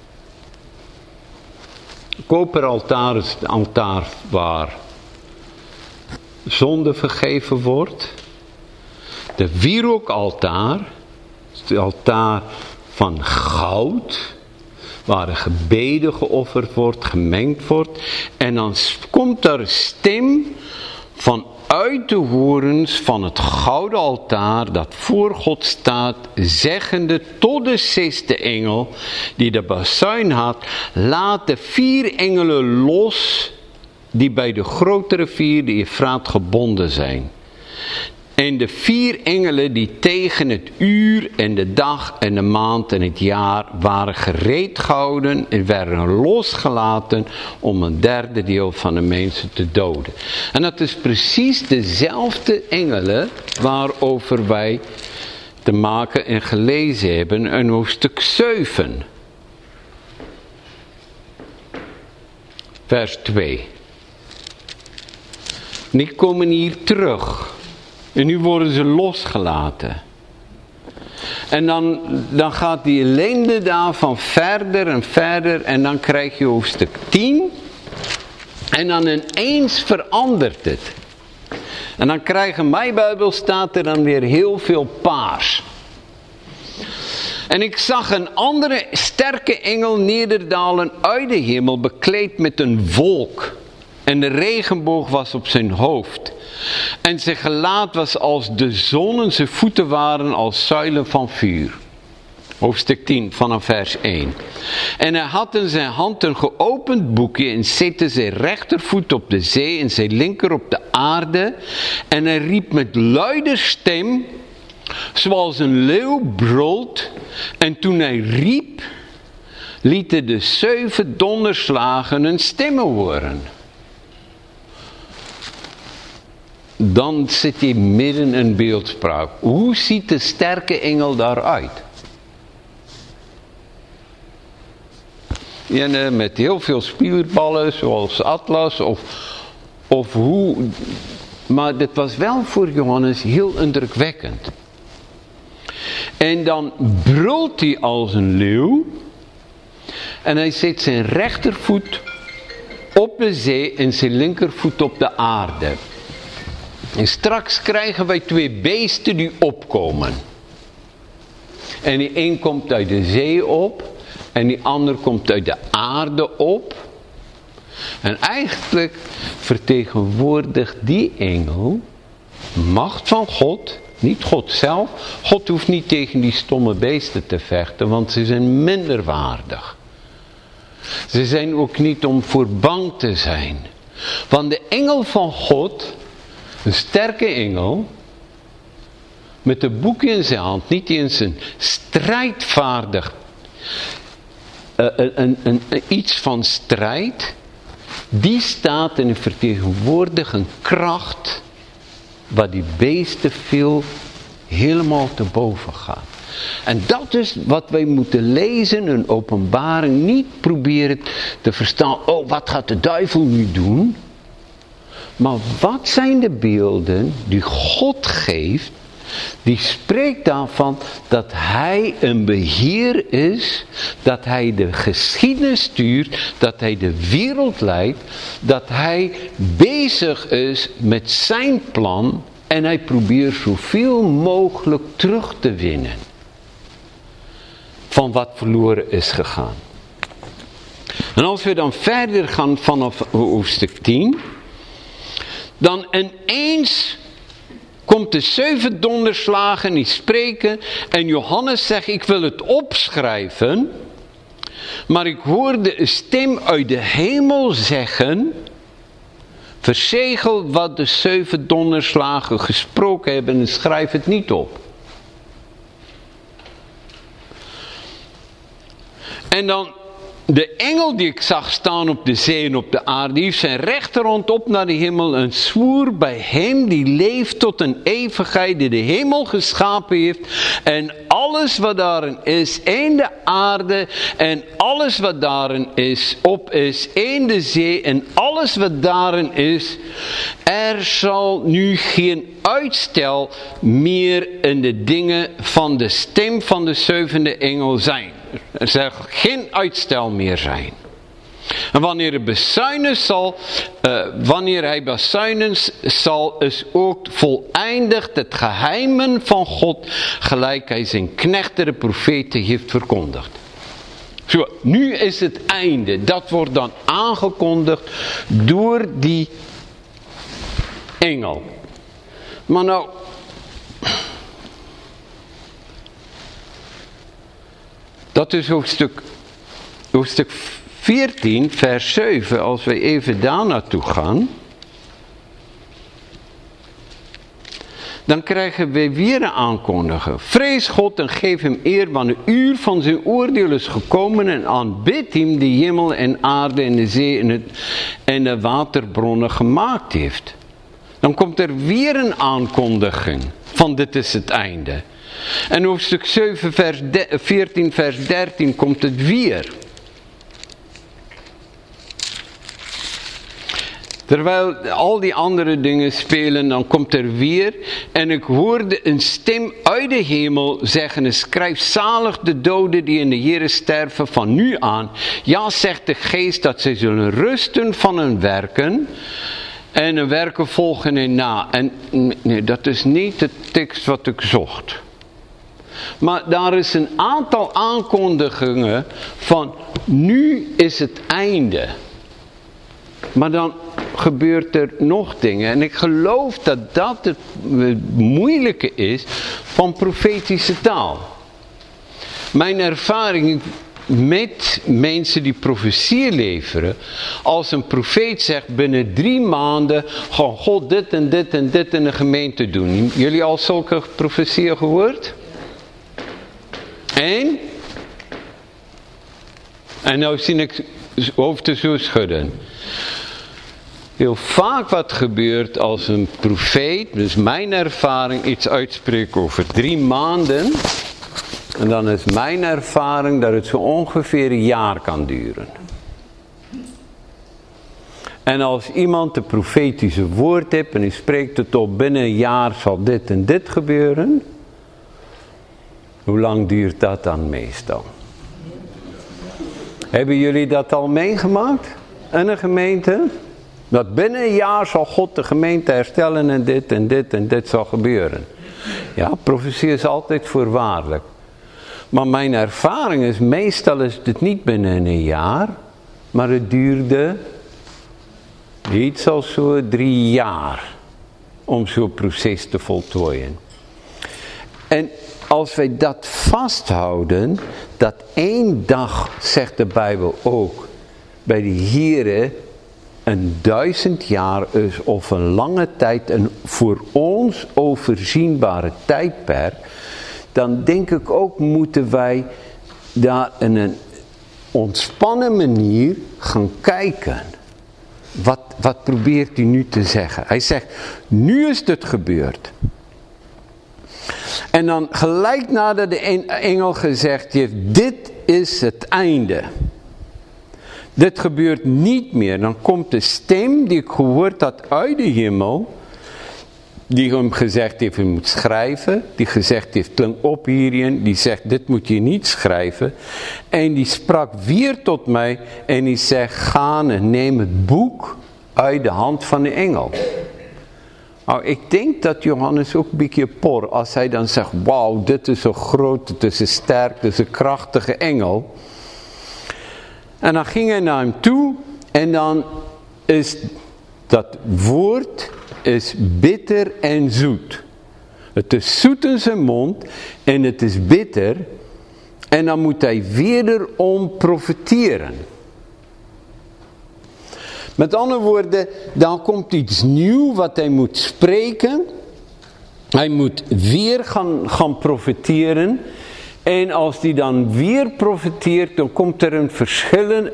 Koperaltaar is het altaar waar zonde vergeven wordt. De wierookaltaar is het altaar van goud, waar een gebeden geofferd wordt, gemengd wordt. En dan komt er een stem vanuit de horens van het gouden altaar dat voor God staat, zeggende tot de 6e engel die de bazuin had, laat de 4 engelen los die bij de grotere 4, de Efraat, gebonden zijn. En de 4 engelen die tegen het uur en de dag en de maand en het jaar waren gereed gehouden en werden losgelaten om een 1/3 deel van de mensen te doden. En dat is precies dezelfde engelen waarover wij te maken en gelezen hebben in hoofdstuk 7. Vers 2. Die komen hier terug. En nu worden ze losgelaten. En dan gaat die ellende daarvan verder en verder. En dan krijg je hoofdstuk 10. En dan ineens verandert het. En dan krijgen mijn Bijbel staat er dan weer heel veel paars. En ik zag een andere sterke engel nederdalen uit de hemel, bekleed met een wolk. En de regenboog was op zijn hoofd. En zijn gelaat was als de zon en zijn voeten waren als zuilen van vuur. Hoofdstuk 10 vanaf vers 1. En hij had in zijn hand een geopend boekje en zette zijn rechtervoet op de zee en zijn linker op de aarde. En hij riep met luide stem, zoals een leeuw brult. En toen hij riep, lieten de 7 donderslagen hun stemmen horen. Dan zit hij midden in beeldspraak. Hoe ziet de sterke engel daaruit? En met heel veel spierballen, zoals Atlas, of hoe. Maar dit was wel voor Johannes heel indrukwekkend. En dan brult hij als een leeuw. En hij zet zijn rechtervoet op de zee en zijn linkervoet op de aarde. En straks krijgen wij 2 beesten die opkomen. En die een komt uit de zee op. En die ander komt uit de aarde op. En eigenlijk vertegenwoordigt die engel macht van God. Niet God zelf. God hoeft niet tegen die stomme beesten te vechten. Want ze zijn minderwaardig. Ze zijn ook niet om voor bang te zijn. Want de engel van God, een sterke engel, met een boekje in zijn hand, niet eens een strijdvaardig, iets van strijd, die staat in een vertegenwoordigende kracht, waar die beesten veel helemaal te boven gaat. En dat is wat wij moeten lezen in Openbaring. Niet proberen te verstaan, oh wat gaat de duivel nu doen? Maar wat zijn de beelden die God geeft, die spreekt daarvan dat hij een beheer is, dat hij de geschiedenis stuurt, dat hij de wereld leidt, dat hij bezig is met zijn plan en hij probeert zoveel mogelijk terug te winnen van wat verloren is gegaan. En als we dan verder gaan vanaf hoofdstuk 10, dan ineens komt de 7 donderslagen die spreken en Johannes zegt, ik wil het opschrijven, maar ik hoorde een stem uit de hemel zeggen, verzegel wat de 7 donderslagen gesproken hebben en schrijf het niet op. En dan de engel die ik zag staan op de zee en op de aarde, hief zijn rechterhand op naar de hemel en zwoer bij hem die leeft tot een eeuwigheid, die de hemel geschapen heeft en alles wat daarin is, en de aarde en alles wat daarin is, en de zee en alles wat daarin is. Er zal nu geen uitstel meer in de dingen van de stem van de 7e engel zijn. Er zal geen uitstel meer zijn. En wanneer hij bezuinen zal, is ook voleindigd het geheimen van God, gelijk hij zijn knechten de profeten heeft verkondigd. Zo, nu is het einde. Dat wordt dan aangekondigd door die engel. Maar nou, dat is hoofdstuk 14, vers 7, als we even daar naartoe gaan. Dan krijgen we weer een aankondigen. Vrees God en geef hem eer, want het uur van zijn oordeel is gekomen, en aanbid hem die hemel en aarde en de zee en de waterbronnen gemaakt heeft. Dan komt er weer een aankondiging van dit is het einde. En hoofdstuk 14 vers 13 komt het weer. Terwijl al die andere dingen spelen, dan komt er weer. En ik hoorde een stem uit de hemel zeggen, schrijf zalig de doden die in de Here sterven van nu aan. Ja, zegt de geest dat zij zullen rusten van hun werken. En hun werken volgen hen na. En nee, dat is niet de tekst wat ik zocht. Maar daar is een aantal aankondigingen van nu is het einde. Maar dan gebeurt er nog dingen. En ik geloof dat dat het moeilijke is van profetische taal. Mijn ervaring met mensen die profetie leveren. Als een profeet zegt binnen 3 maanden gaan God dit en dit en dit in de gemeente doen. Jullie al zulke profetieën gehoord? En nou zie ik hoofden zo schudden. Heel vaak wat gebeurt als een profeet, dus mijn ervaring, iets uitspreekt over 3 maanden. En dan is mijn ervaring dat het zo ongeveer een jaar kan duren. En als iemand de profetische woord heeft en die spreekt het op binnen een jaar zal dit en dit gebeuren. Hoe lang duurt dat dan meestal? Hebben jullie dat al meegemaakt in een gemeente? Dat binnen een jaar zal God de gemeente herstellen en dit en dit en dit zal gebeuren. Ja, profetie is altijd voorwaardelijk. Maar mijn ervaring is, meestal is het niet binnen een jaar, maar het duurde iets als zo 3 jaar om zo'n proces te voltooien. En als wij dat vasthouden, dat 1 dag, zegt de Bijbel ook, bij de Here 1000 jaar is of een lange tijd, een voor ons overzienbare tijdperk, dan denk ik ook moeten wij daar in een ontspannen manier gaan kijken. Wat probeert hij nu te zeggen? Hij zegt, nu is het gebeurd. En dan gelijk nadat de engel gezegd heeft, dit is het einde. Dit gebeurt niet meer. Dan komt de stem die ik gehoord had uit de hemel, die hem gezegd heeft, je moet schrijven. Die gezegd heeft, klink op hierin. Die zegt, dit moet je niet schrijven. En die sprak weer tot mij en die zegt, ga en neem het boek uit de hand van de engel. Nou, ik denk dat Johannes ook een beetje por, als hij dan zegt, wauw, dit is zo groot, dit is een sterk, dit is een krachtige engel. En dan ging hij naar hem toe en dan is dat woord is bitter en zoet. Het is zoet in zijn mond en het is bitter. En dan moet hij wederom profeteren. Met andere woorden, dan komt iets nieuws wat hij moet spreken. Hij moet weer gaan profeteren. En als hij dan weer profeteert, dan komt er een verschil.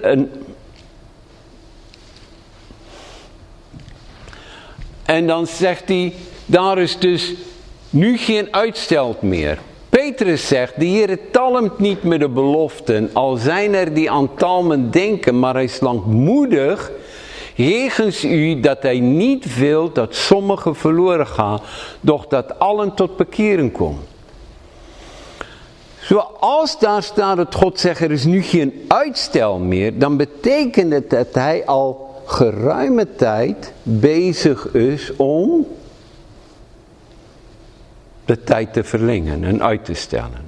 En dan zegt hij, daar is dus nu geen uitstel meer. Petrus zegt, de Heer talmt niet met de beloften, al zijn er die aan talmen denken, maar hij is langmoedig jegens u, dat hij niet wil dat sommigen verloren gaan, doch dat allen tot bekering komen. Zoals daar staat dat God zegt, er is nu geen uitstel meer, dan betekent het dat hij al geruime tijd bezig is om de tijd te verlengen en uit te stellen.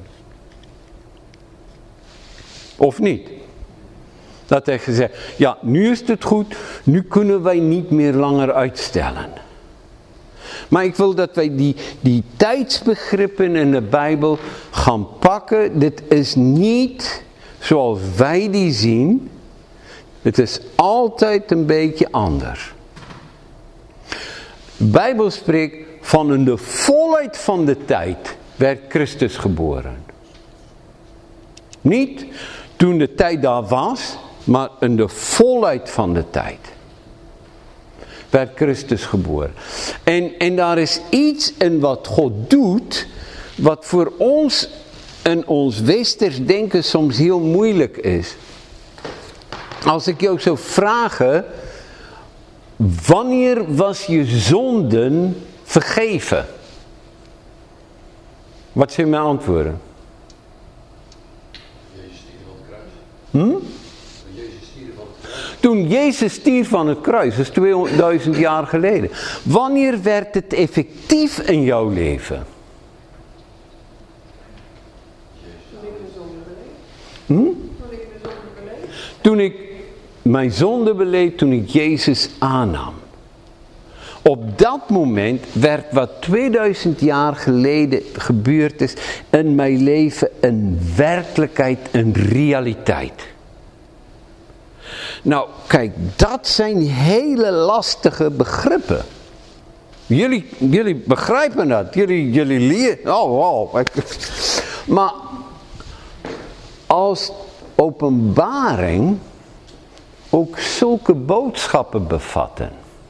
Of niet? Dat hij gezegd, ja, nu is het goed, nu kunnen wij niet meer langer uitstellen. Maar ik wil dat wij die tijdsbegrippen in de Bijbel gaan pakken. Dit is niet zoals wij die zien. Het is altijd een beetje anders. De Bijbel spreekt van in de volheid van de tijd werd Christus geboren. Niet toen de tijd daar was, maar in de volheid van de tijd werd Christus geboren. En daar is iets in wat God doet, wat voor ons en ons westers denken soms heel moeilijk is. Als ik jou zou vragen, wanneer was je zonden vergeven? Wat zou je mij antwoorden? Jezus stierf van het kruis. Jezus stierf van het kruis. Toen Jezus stierf van het kruis, dat is 2000 jaar geleden. Wanneer werd het effectief in jouw leven? Toen ik mijn zonde beleed, toen ik Jezus aannam. Op dat moment werd wat 2000 jaar geleden gebeurd is in mijn leven een werkelijkheid, een realiteit. Nou, kijk, dat zijn hele lastige begrippen. Jullie begrijpen dat. Jullie leren. Oh, wow. Maar als Openbaring ook zulke boodschappen bevatten.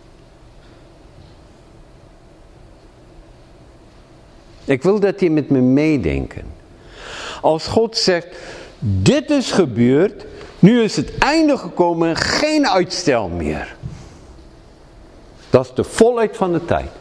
Ik wil dat je met me meedenken. Als God zegt, dit is gebeurd, nu is het einde gekomen, geen uitstel meer. Dat is de volheid van de tijd.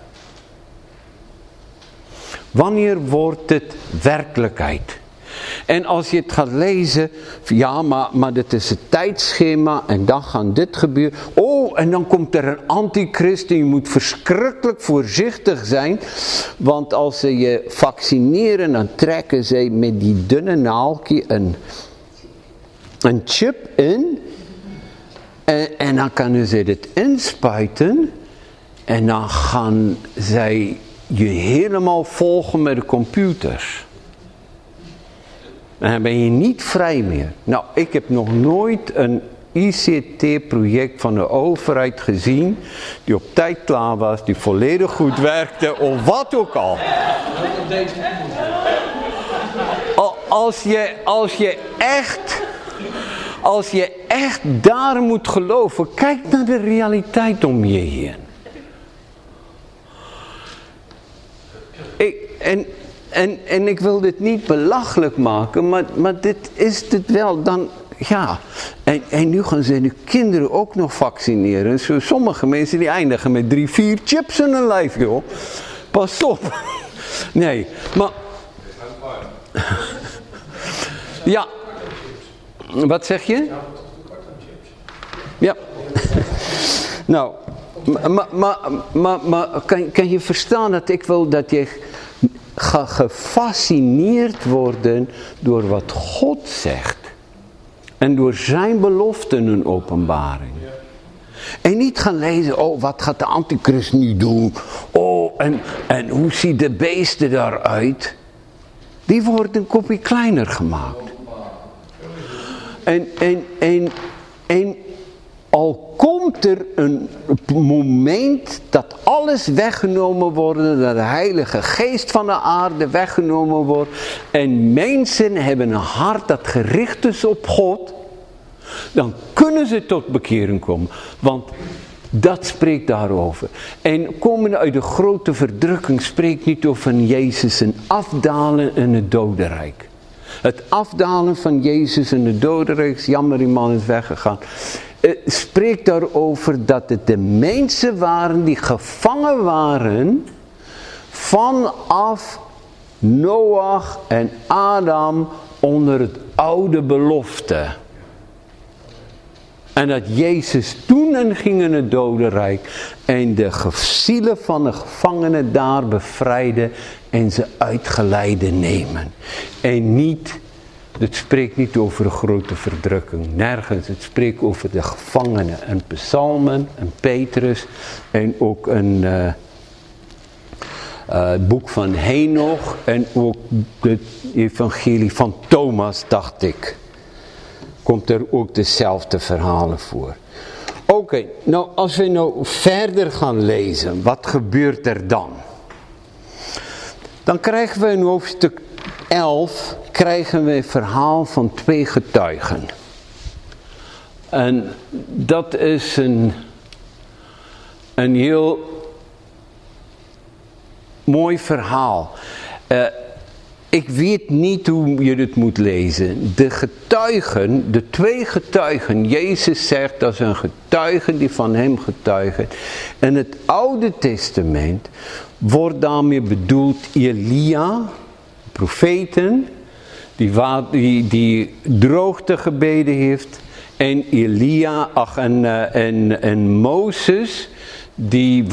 Wanneer wordt het werkelijkheid? En als je het gaat lezen, ja, maar dit is het tijdschema en dan gaat dit gebeuren. Oh, en dan komt er een antichrist en je moet verschrikkelijk voorzichtig zijn. Want als ze je vaccineren, dan trekken ze met die dunne naaldje een chip in. En dan kunnen ze dit inspuiten. En dan gaan zij je helemaal volgen met de computers. En dan ben je niet vrij meer. Nou, ik heb nog nooit een ICT-project van de overheid gezien, die op tijd klaar was, die volledig goed werkte, of wat ook al. Als je echt daar moet geloven, kijk naar de realiteit om je heen. En ik wil dit niet belachelijk maken, maar dit is dit wel dan, ja. En nu gaan ze de kinderen ook nog vaccineren. Zo, sommige mensen die eindigen met 3-4 chips in hun lijf, joh. Pas op. Nee, maar... Ja. Wat zeg je? Ja. Nou, maar kan je verstaan dat ik wil dat je gefascineerd worden door wat God zegt. En door zijn beloften in openbaring. En niet gaan lezen, oh wat gaat de antichrist nu doen? Oh, en hoe ziet de beesten daaruit? Die worden een kopje kleiner gemaakt. En al komt er een moment dat alles weggenomen wordt, dat de Heilige Geest van de aarde weggenomen wordt. En mensen hebben een hart dat gericht is op God. Dan kunnen ze tot bekering komen. Want dat spreekt daarover. En komende uit de grote verdrukking spreekt niet over Jezus een afdalen in het dodenrijk. Het afdalen van Jezus in het dodenrijk, jammer die man is weggegaan. Spreekt daarover dat het de mensen waren die gevangen waren vanaf Noach en Adam onder het oude belofte. En dat Jezus toen inging in het dodenrijk en de zielen van de gevangenen daar bevrijde en ze uitgeleide nemen. En niet, het spreekt niet over een grote verdrukking, nergens. Het spreekt over de gevangenen. Een Psalmen, een Petrus en ook een boek van Henoch en ook het evangelie van Thomas, dacht ik. Komt er ook dezelfde verhalen voor. Oké, nou als we nou verder gaan lezen, wat gebeurt er dan? Dan krijgen we in hoofdstuk 11, krijgen we een verhaal van 2 getuigen. En dat is een heel mooi verhaal. Ik weet niet hoe je dit moet lezen. De getuigen, de 2 getuigen, Jezus zegt dat zijn getuigen die van hem getuigen. In het Oude Testament wordt daarmee bedoeld Elia, profeten, die droogtegebeden heeft. En Elia, en Mozes, die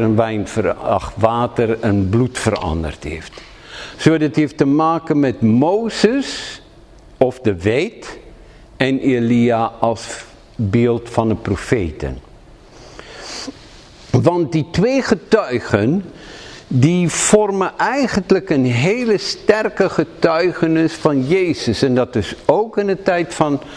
water en bloed veranderd heeft. Zo, dat heeft te maken met Mozes, of de wet, en Elia als beeld van de profeten. Want die 2 getuigen, die vormen eigenlijk een hele sterke getuigenis van Jezus. En dat is ook in de tijd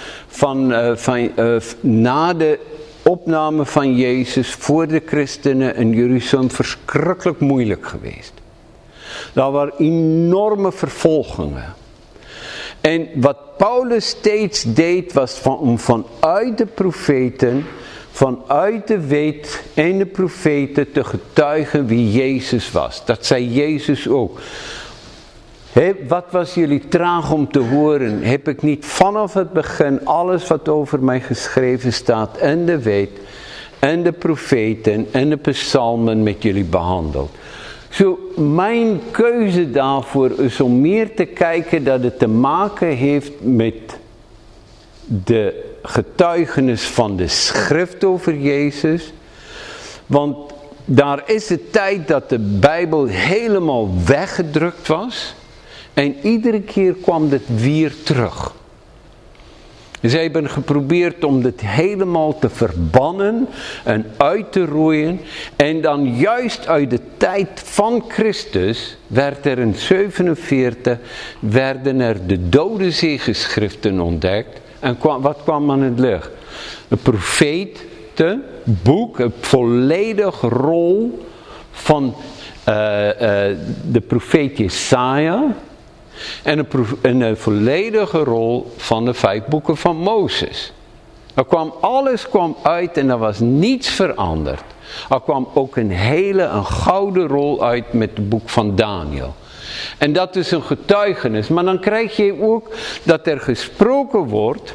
na de opname van Jezus voor de christenen in Jeruzalem verschrikkelijk moeilijk geweest. Daar waren enorme vervolgingen. En wat Paulus steeds deed was om vanuit de profeten, vanuit de wet en de profeten te getuigen wie Jezus was. Dat zei Jezus ook. Wat was jullie traag om te horen? Heb ik niet vanaf het begin alles wat over mij geschreven staat en de wet en de profeten en de psalmen met jullie behandeld? Zo, mijn keuze daarvoor is om meer te kijken dat het te maken heeft met de getuigenis van de schrift over Jezus. Want daar is de tijd dat de Bijbel helemaal weggedrukt was. En iedere keer kwam dit weer terug. Ze hebben geprobeerd om dit helemaal te verbannen en uit te roeien. En dan juist uit de tijd van Christus werd er in 47 werden er de Dode Zeegeschriften ontdekt. En wat kwam aan het licht? Een profetenboek, een volledige rol van de profeet Jesaja. En een volledige rol van de 5 boeken van Mozes. Alles kwam uit en er was niets veranderd. Er kwam ook een gouden rol uit met het boek van Daniel. En dat is een getuigenis. Maar dan krijg je ook dat er gesproken wordt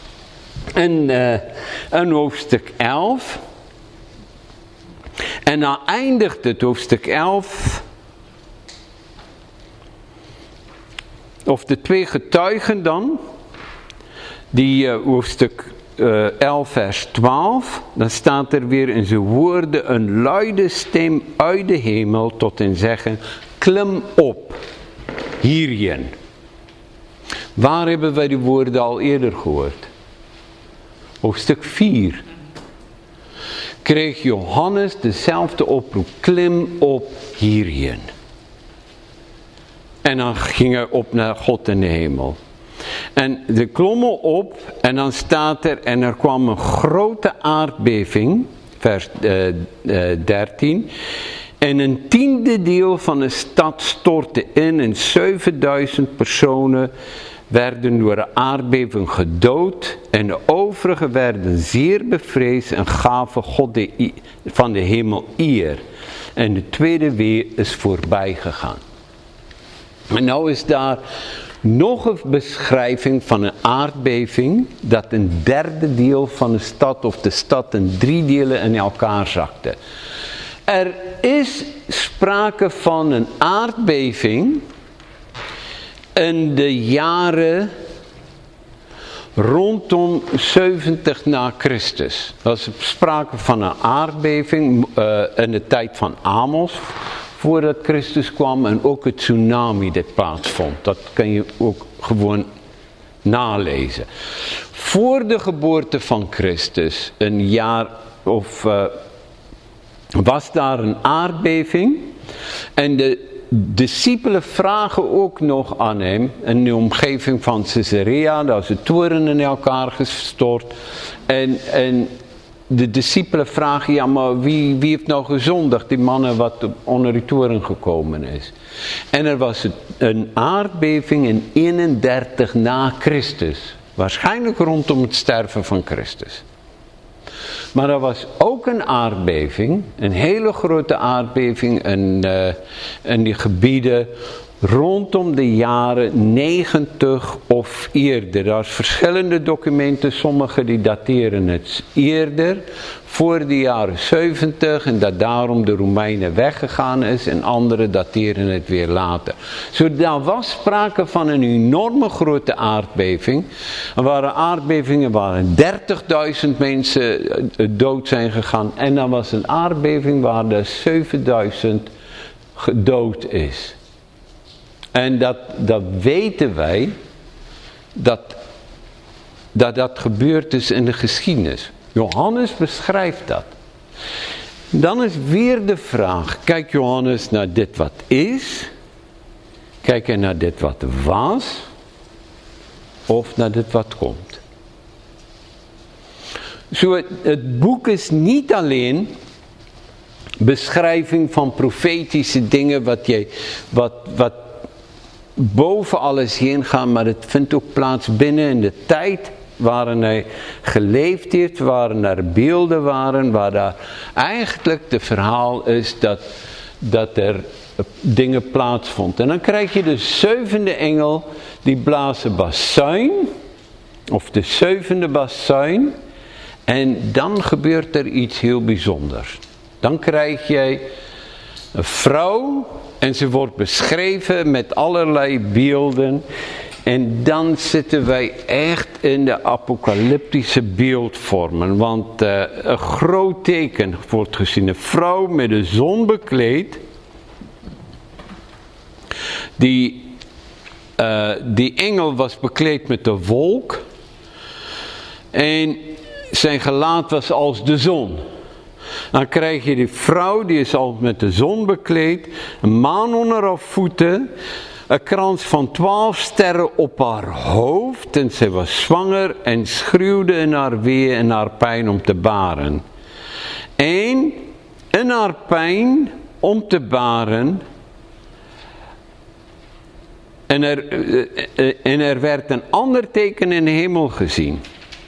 in hoofdstuk 11. En dan eindigt het hoofdstuk 11... Of de 2 getuigen dan, die hoofdstuk 11 vers 12, dan staat er weer in zijn woorden een luide stem uit de hemel tot hen zeggen, klim op, hierheen. Waar hebben wij die woorden al eerder gehoord? Hoofdstuk 4. Kreeg Johannes dezelfde oproep, klim op, hierheen. En dan gingen op naar God in de hemel. En ze klommen op en dan staat er, en er kwam een grote aardbeving, vers 13. En een 10e deel van de stad stortte in en 7000 personen werden door de aardbeving gedood. En de overigen werden zeer bevreesd en gaven God van de hemel eer. En de tweede wee is voorbij gegaan. En nou is daar nog een beschrijving van een aardbeving, dat een 1/3 deel van de stad of de stad in 3 delen in elkaar zakte. Er is sprake van een aardbeving in de jaren rondom 70 na Christus. Er was sprake van een aardbeving in de tijd van Amos, voordat Christus kwam, en ook het tsunami dat plaatsvond. Dat kan je ook gewoon nalezen. Voor de geboorte van Christus, een jaar of was daar een aardbeving. En de discipelen vragen ook nog aan hem, in de omgeving van Caesarea, daar is de toren in elkaar gestort. En de discipelen vragen, ja, maar wie heeft nou gezondigd, die mannen wat onder die toren gekomen is. En er was een aardbeving in 31 na Christus. Waarschijnlijk rondom het sterven van Christus. Maar er was ook een aardbeving, een hele grote aardbeving in die gebieden rondom de jaren 90 of eerder. Er zijn verschillende documenten, sommige die dateren het eerder, voor de jaren 70, en dat daarom de Romeinen weggegaan is, en andere dateren het weer later. Daar was sprake van een enorme grote aardbeving. Er waren aardbevingen waar 30.000 mensen dood zijn gegaan, en er was een aardbeving waar er 7.000 gedood is. En dat weten wij, dat gebeurd is in de geschiedenis. Johannes beschrijft dat. Dan is weer de vraag, kijkt Johannes naar dit wat is? Kijkt hij naar dit wat was? Of naar dit wat komt? Zo, het boek is niet alleen beschrijving van profetische dingen, wat boven alles heen gaan, maar het vindt ook plaats binnen in de tijd waarin hij geleefd heeft, waarin er beelden waren, waar daar eigenlijk het verhaal is dat er dingen plaatsvonden. En dan krijg je de 7e engel, die blazen bazuin, of de 7e bazuin, en dan gebeurt er iets heel bijzonders. Dan krijg je een vrouw, en ze wordt beschreven met allerlei beelden. En dan zitten wij echt in de apocalyptische beeldvormen. Want een groot teken wordt gezien. Een vrouw met de zon bekleed. Die engel was bekleed met de wolk. En zijn gelaat was als de zon. Dan krijg je die vrouw, die is al met de zon bekleed, een maan onder haar voeten, een krans van 12 sterren op haar hoofd, en zij was zwanger en schreeuwde in haar wee en haar pijn om te baren. En in haar pijn om te baren, en er werd een ander teken in de hemel gezien.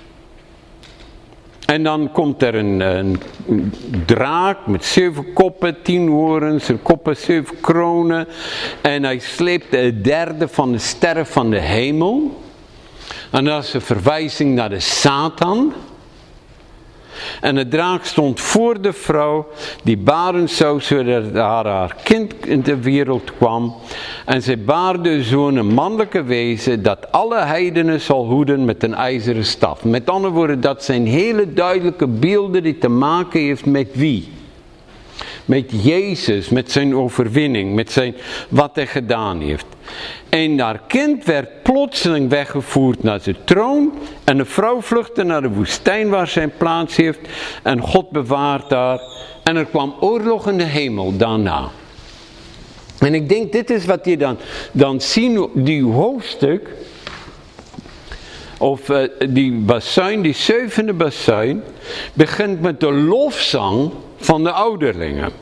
En dan komt er een draak met 7 koppen, 10 horens, 7 koppen, 7 kronen. En hij sleept de derde van de sterren van de hemel. En dat is een verwijzing naar de Satan. En de draak stond voor de vrouw die baren zou, zodat haar kind in de wereld kwam. En zij baarde zo'n mannelijke wezen dat alle heidenen zal hoeden met een ijzeren staf. Met andere woorden, dat zijn hele duidelijke beelden die te maken heeft met wie? Met Jezus, met zijn overwinning, met zijn wat hij gedaan heeft. En haar kind werd plotseling weggevoerd naar zijn troon. En de vrouw vluchtte naar de woestijn waar zijn plaats heeft. En God bewaart haar. En er kwam oorlog in de hemel daarna. En ik denk, dit is wat je dan ziet, die hoofdstuk. Of die bazuin, die 7e bazuin. Begint met de lofzang van de ouderlingen.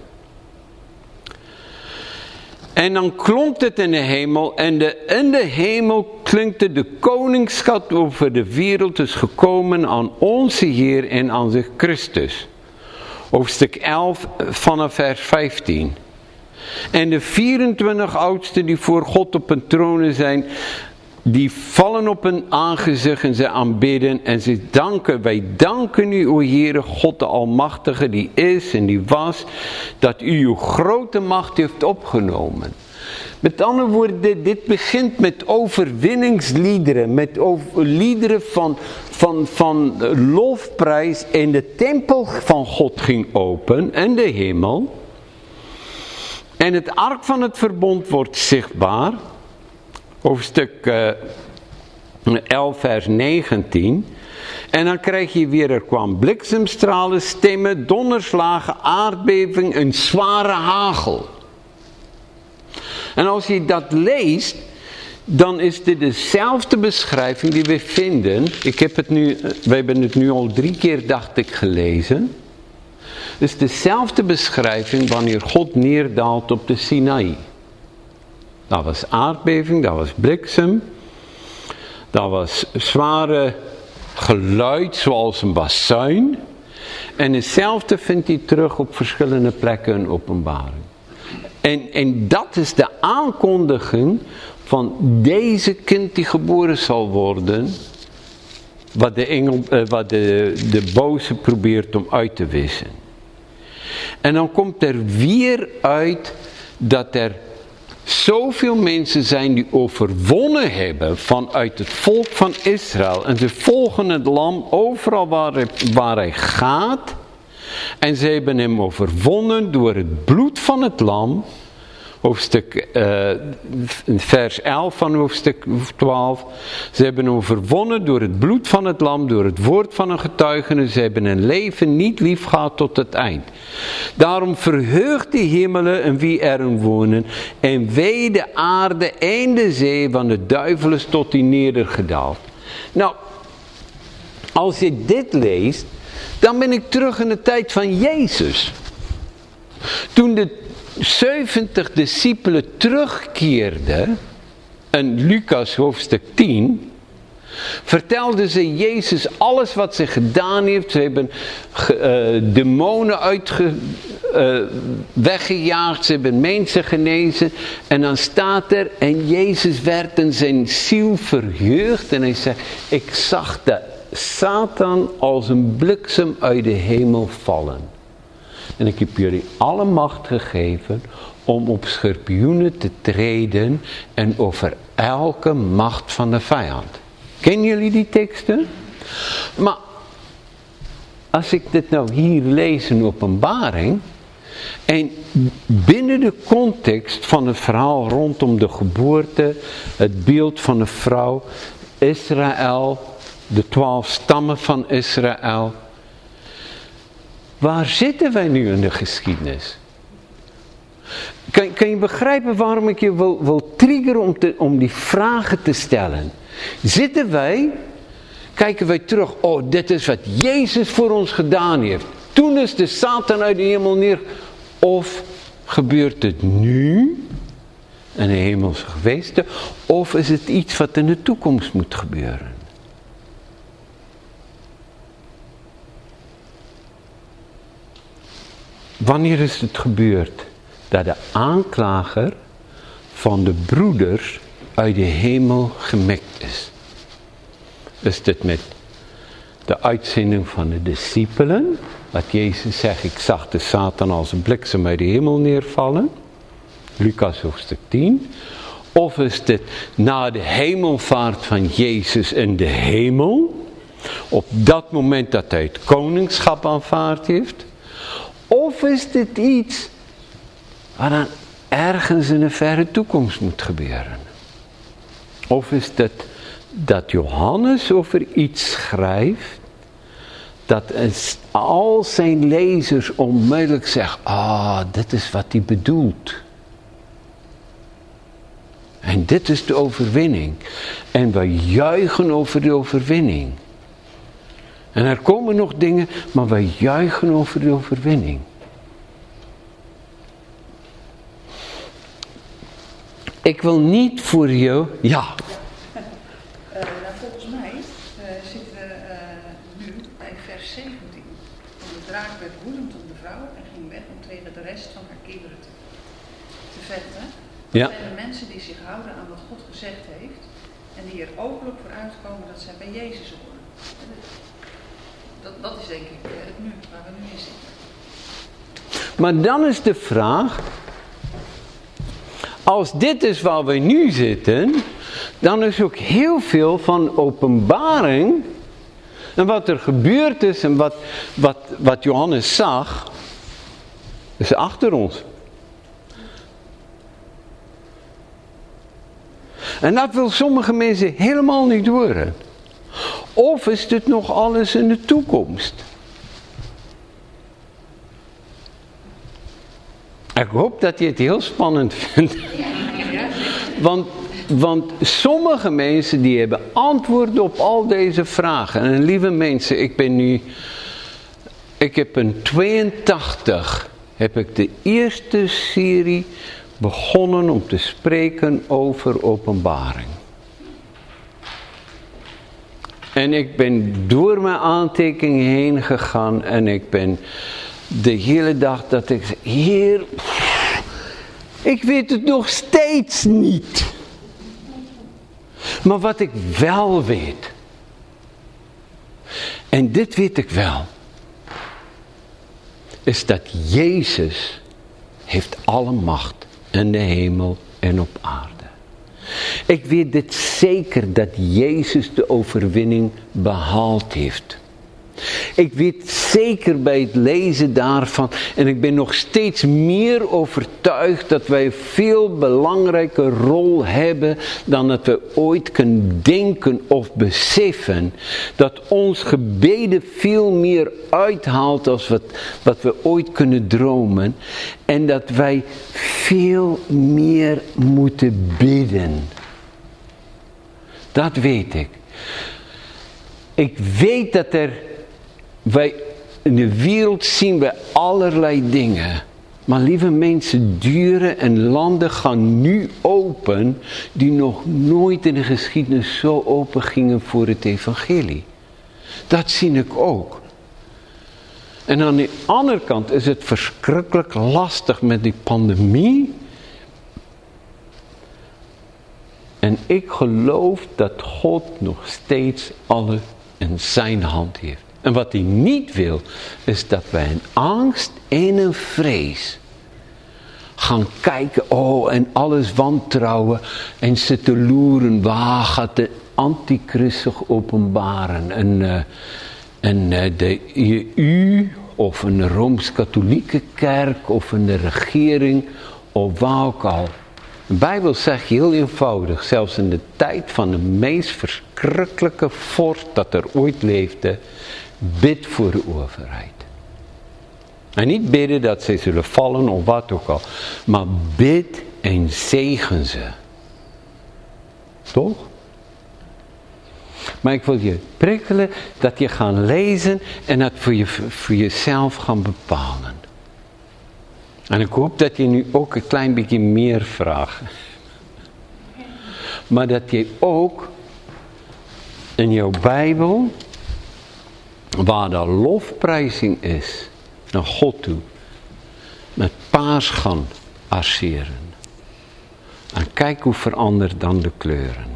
En dan klonk het in de hemel. En in de hemel klinkte de koningschap over de wereld is gekomen aan onze Heer en aan zich Christus. Hoofdstuk 11 vanaf vers 15. En de 24 oudsten die voor God op hun tronen zijn, die vallen op hun aangezicht en ze aanbidden en ze danken. Wij danken u, o Heere God de Almachtige, die is en die was, dat u uw grote macht heeft opgenomen. Met andere woorden, dit begint met overwinningsliederen, met liederen van lofprijs. En de tempel van God ging open en de hemel. En het ark van het verbond wordt zichtbaar. Hoofdstuk 11 vers 19. En dan krijg je weer, er kwam bliksemstralen, stemmen, donderslagen, aardbeving, een zware hagel. En als je dat leest, dan is dit dezelfde beschrijving die we vinden. We hebben het nu al 3 keer, dacht ik, gelezen. Het is dezelfde beschrijving wanneer God neerdaalt op de Sinaï. Dat was aardbeving, dat was bliksem. Dat was zware geluid zoals een bazuin. En hetzelfde vindt hij terug op verschillende plekken in Openbaring. En dat is de aankondiging van deze kind die geboren zal worden. Wat de boze probeert om uit te wissen. En dan komt er weer uit dat er zoveel mensen zijn die overwonnen hebben vanuit het volk van Israël. En ze volgen het lam overal waar hij gaat. En ze hebben hem overwonnen door het bloed van het lam. Vers 11 van hoofdstuk 12. Ze hebben hem overwonnen door het bloed van het lam, door het woord van een getuigenis. Ze hebben hun leven niet lief gehad tot het eind. Daarom verheugt de hemelen en wie erin wonen. En wee de aarde en de zee, want de duivel is tot die nedergedaald. Nou, als je dit leest, dan ben ik terug in de tijd van Jezus. Toen de 70 discipelen terugkeerden, in Lucas hoofdstuk 10, vertelden ze Jezus alles wat ze gedaan heeft. Ze hebben demonen weggejaagd, ze hebben mensen genezen. En dan staat er, en Jezus werd in zijn ziel verheugd. En hij zegt, ik zag de Satan als een bliksem uit de hemel vallen. En ik heb jullie alle macht gegeven om op schorpioenen te treden en over elke macht van de vijand. Kennen jullie die teksten? Maar als ik dit nou hier lees in Openbaring, en binnen de context van het verhaal rondom de geboorte, het beeld van de vrouw, Israël, de 12 stammen van Israël. Waar zitten wij nu in de geschiedenis? Kan je begrijpen waarom ik je wil triggeren om die vragen te stellen? Kijken wij terug, oh, dit is wat Jezus voor ons gedaan heeft. Toen is de Satan uit de hemel neer. Of gebeurt het nu, in de hemelse gewesten, of is het iets wat in de toekomst moet gebeuren? Wanneer is het gebeurd dat de aanklager van de broeders uit de hemel gemikt is? Is dit met de uitzending van de discipelen? Wat Jezus zegt, ik zag de Satan als een bliksem uit de hemel neervallen. Lucas hoofdstuk 10. Of is dit na de hemelvaart van Jezus in de hemel? Op dat moment dat hij het koningschap aanvaard heeft? Of is dit iets wat dan ergens in de verre toekomst moet gebeuren? Of is het dat Johannes over iets schrijft, dat al zijn lezers onmiddellijk zeggen, dit is wat hij bedoelt. En dit is de overwinning. En wij juichen over de overwinning. En er komen nog dingen, maar wij juichen over de overwinning. Ik wil niet voor jou... Ja. Volgens mij zitten we nu bij vers 17. Want de draak werd woedend op de vrouw en ging weg om tegen de rest van haar kinderen te vechten. Ja. Dat zijn de mensen die zich houden aan wat God gezegd heeft. En die er openlijk voor uitkomen dat zij bij Jezus horen. Dat is denk ik het nu, waar we nu in zitten. Maar dan is de vraag, als dit is waar we nu zitten, dan is ook heel veel van Openbaring en wat er gebeurd is en wat Johannes zag, is achter ons. En dat wil sommige mensen helemaal niet horen. Of is dit nog alles in de toekomst? Ik hoop dat je het heel spannend vindt. Want sommige mensen die hebben antwoorden op al deze vragen. En lieve mensen, ik heb in 82 heb ik de eerste serie begonnen om te spreken over Openbaring. En ik ben door mijn aantekeningen heen gegaan en ik ben de hele dag dat ik zei, Heer, ik weet het nog steeds niet. Maar wat ik wel weet, en dit weet ik wel, is dat Jezus heeft alle macht in de hemel en op aarde. Ik weet dit zeker dat Jezus de overwinning behaald heeft. Ik weet zeker bij het lezen daarvan, en ik ben nog steeds meer overtuigd dat wij een veel belangrijke rol hebben dan dat we ooit kunnen denken of beseffen. Dat ons gebeden veel meer uithaalt als wat we ooit kunnen dromen. En dat wij veel meer moeten bidden. Dat weet ik. Ik weet dat wij in de wereld zien we allerlei dingen. Maar lieve mensen, deuren en landen gaan nu open die nog nooit in de geschiedenis zo open gingen voor het evangelie. Dat zie ik ook. En aan de andere kant is het verschrikkelijk lastig met die pandemie. En ik geloof dat God nog steeds alles in zijn hand heeft. En wat hij niet wil, is dat wij in angst en in vrees gaan kijken, en alles wantrouwen en zitten loeren, waar gaat de antichrist zich openbaren? En de EU of een Rooms-Katholieke kerk of een regering of waar ook al. De Bijbel zegt heel eenvoudig, zelfs in de tijd van de meest verschrikkelijke vorst dat er ooit leefde, bid voor de overheid. En niet bidden dat ze zullen vallen of wat ook al. Maar bid en zegen ze. Toch? Maar ik wil je prikkelen dat je gaat lezen en dat voor jezelf gaan bepalen. En ik hoop dat je nu ook een klein beetje meer vraagt. Maar dat je ook in jouw Bijbel, waar de lofprijzing is naar God toe, met paars gaan arceren. En kijk hoe verandert dan de kleuren.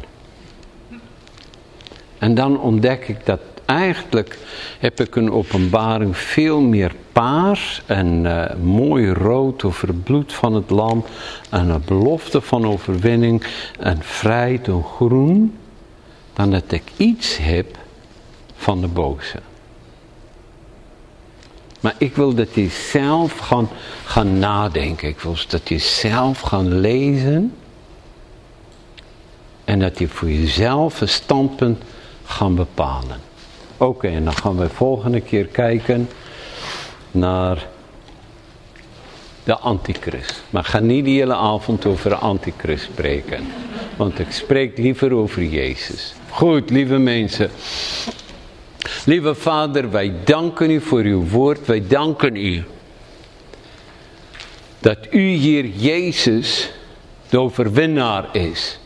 En dan ontdek ik dat eigenlijk heb ik een openbaring veel meer paars en mooi rood over het bloed van het lam en een belofte van overwinning en vrijheid en groen, dan dat ik iets heb van de boze. Maar ik wil dat je zelf gaan nadenken. Ik wil dat je zelf gaan lezen. En dat je voor jezelf een standpunt gaan bepalen. Oké, en dan gaan we volgende keer kijken naar de antichrist. Maar ik ga niet de hele avond over de antichrist spreken. Want ik spreek liever over Jezus. Goed, lieve mensen. Lieve Vader, wij danken u voor uw woord. Wij danken u dat u hier Jezus de overwinnaar is.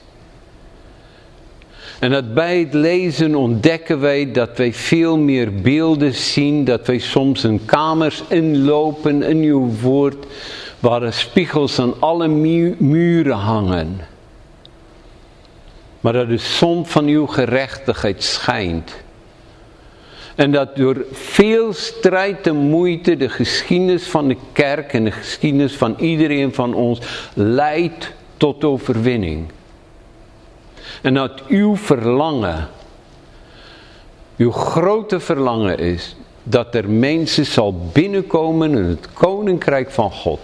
En dat bij het lezen ontdekken wij dat wij veel meer beelden zien. Dat wij soms in kamers inlopen in uw woord. Waar er spiegels aan alle muren hangen. Maar dat de zon van uw gerechtigheid schijnt. En dat door veel strijd en moeite de geschiedenis van de kerk en de geschiedenis van iedereen van ons leidt tot overwinning. En dat uw verlangen, uw grote verlangen is, dat er mensen zal binnenkomen in het koninkrijk van God.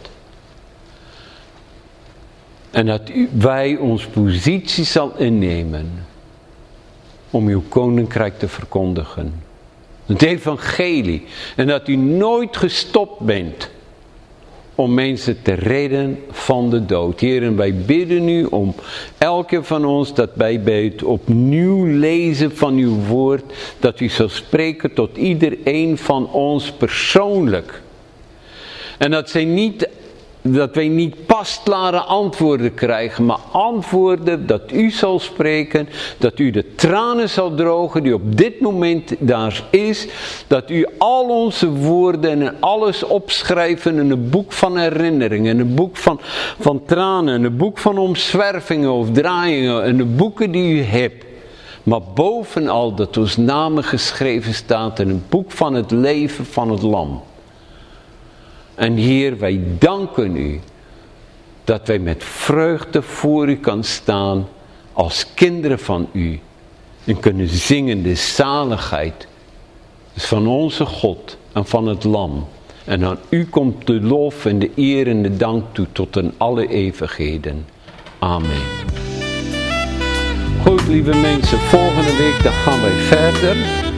En dat wij ons positie zal innemen om uw koninkrijk te verkondigen. Het evangelie. En dat u nooit gestopt bent om mensen te redden van de dood. Heer, en wij bidden u om elke van ons dat wij bij het opnieuw lezen van uw woord, dat u zal spreken tot iedereen van ons persoonlijk. En dat wij niet pasklare antwoorden krijgen, maar antwoorden dat u zal spreken, dat u de tranen zal drogen die op dit moment daar is, dat u al onze woorden en alles opschrijven in een boek van herinneringen, in een boek van tranen, in een boek van omzwervingen of draaiingen, in de boeken die u hebt. Maar bovenal dat ons namen geschreven staat in een boek van het leven van het lam. En Heer, wij danken u dat wij met vreugde voor u kan staan als kinderen van u. En kunnen zingen de zaligheid van onze God en van het lam. En aan u komt de lof en de eer en de dank toe tot in alle eeuwigheden. Amen. Goed, lieve mensen, volgende week dan gaan wij verder.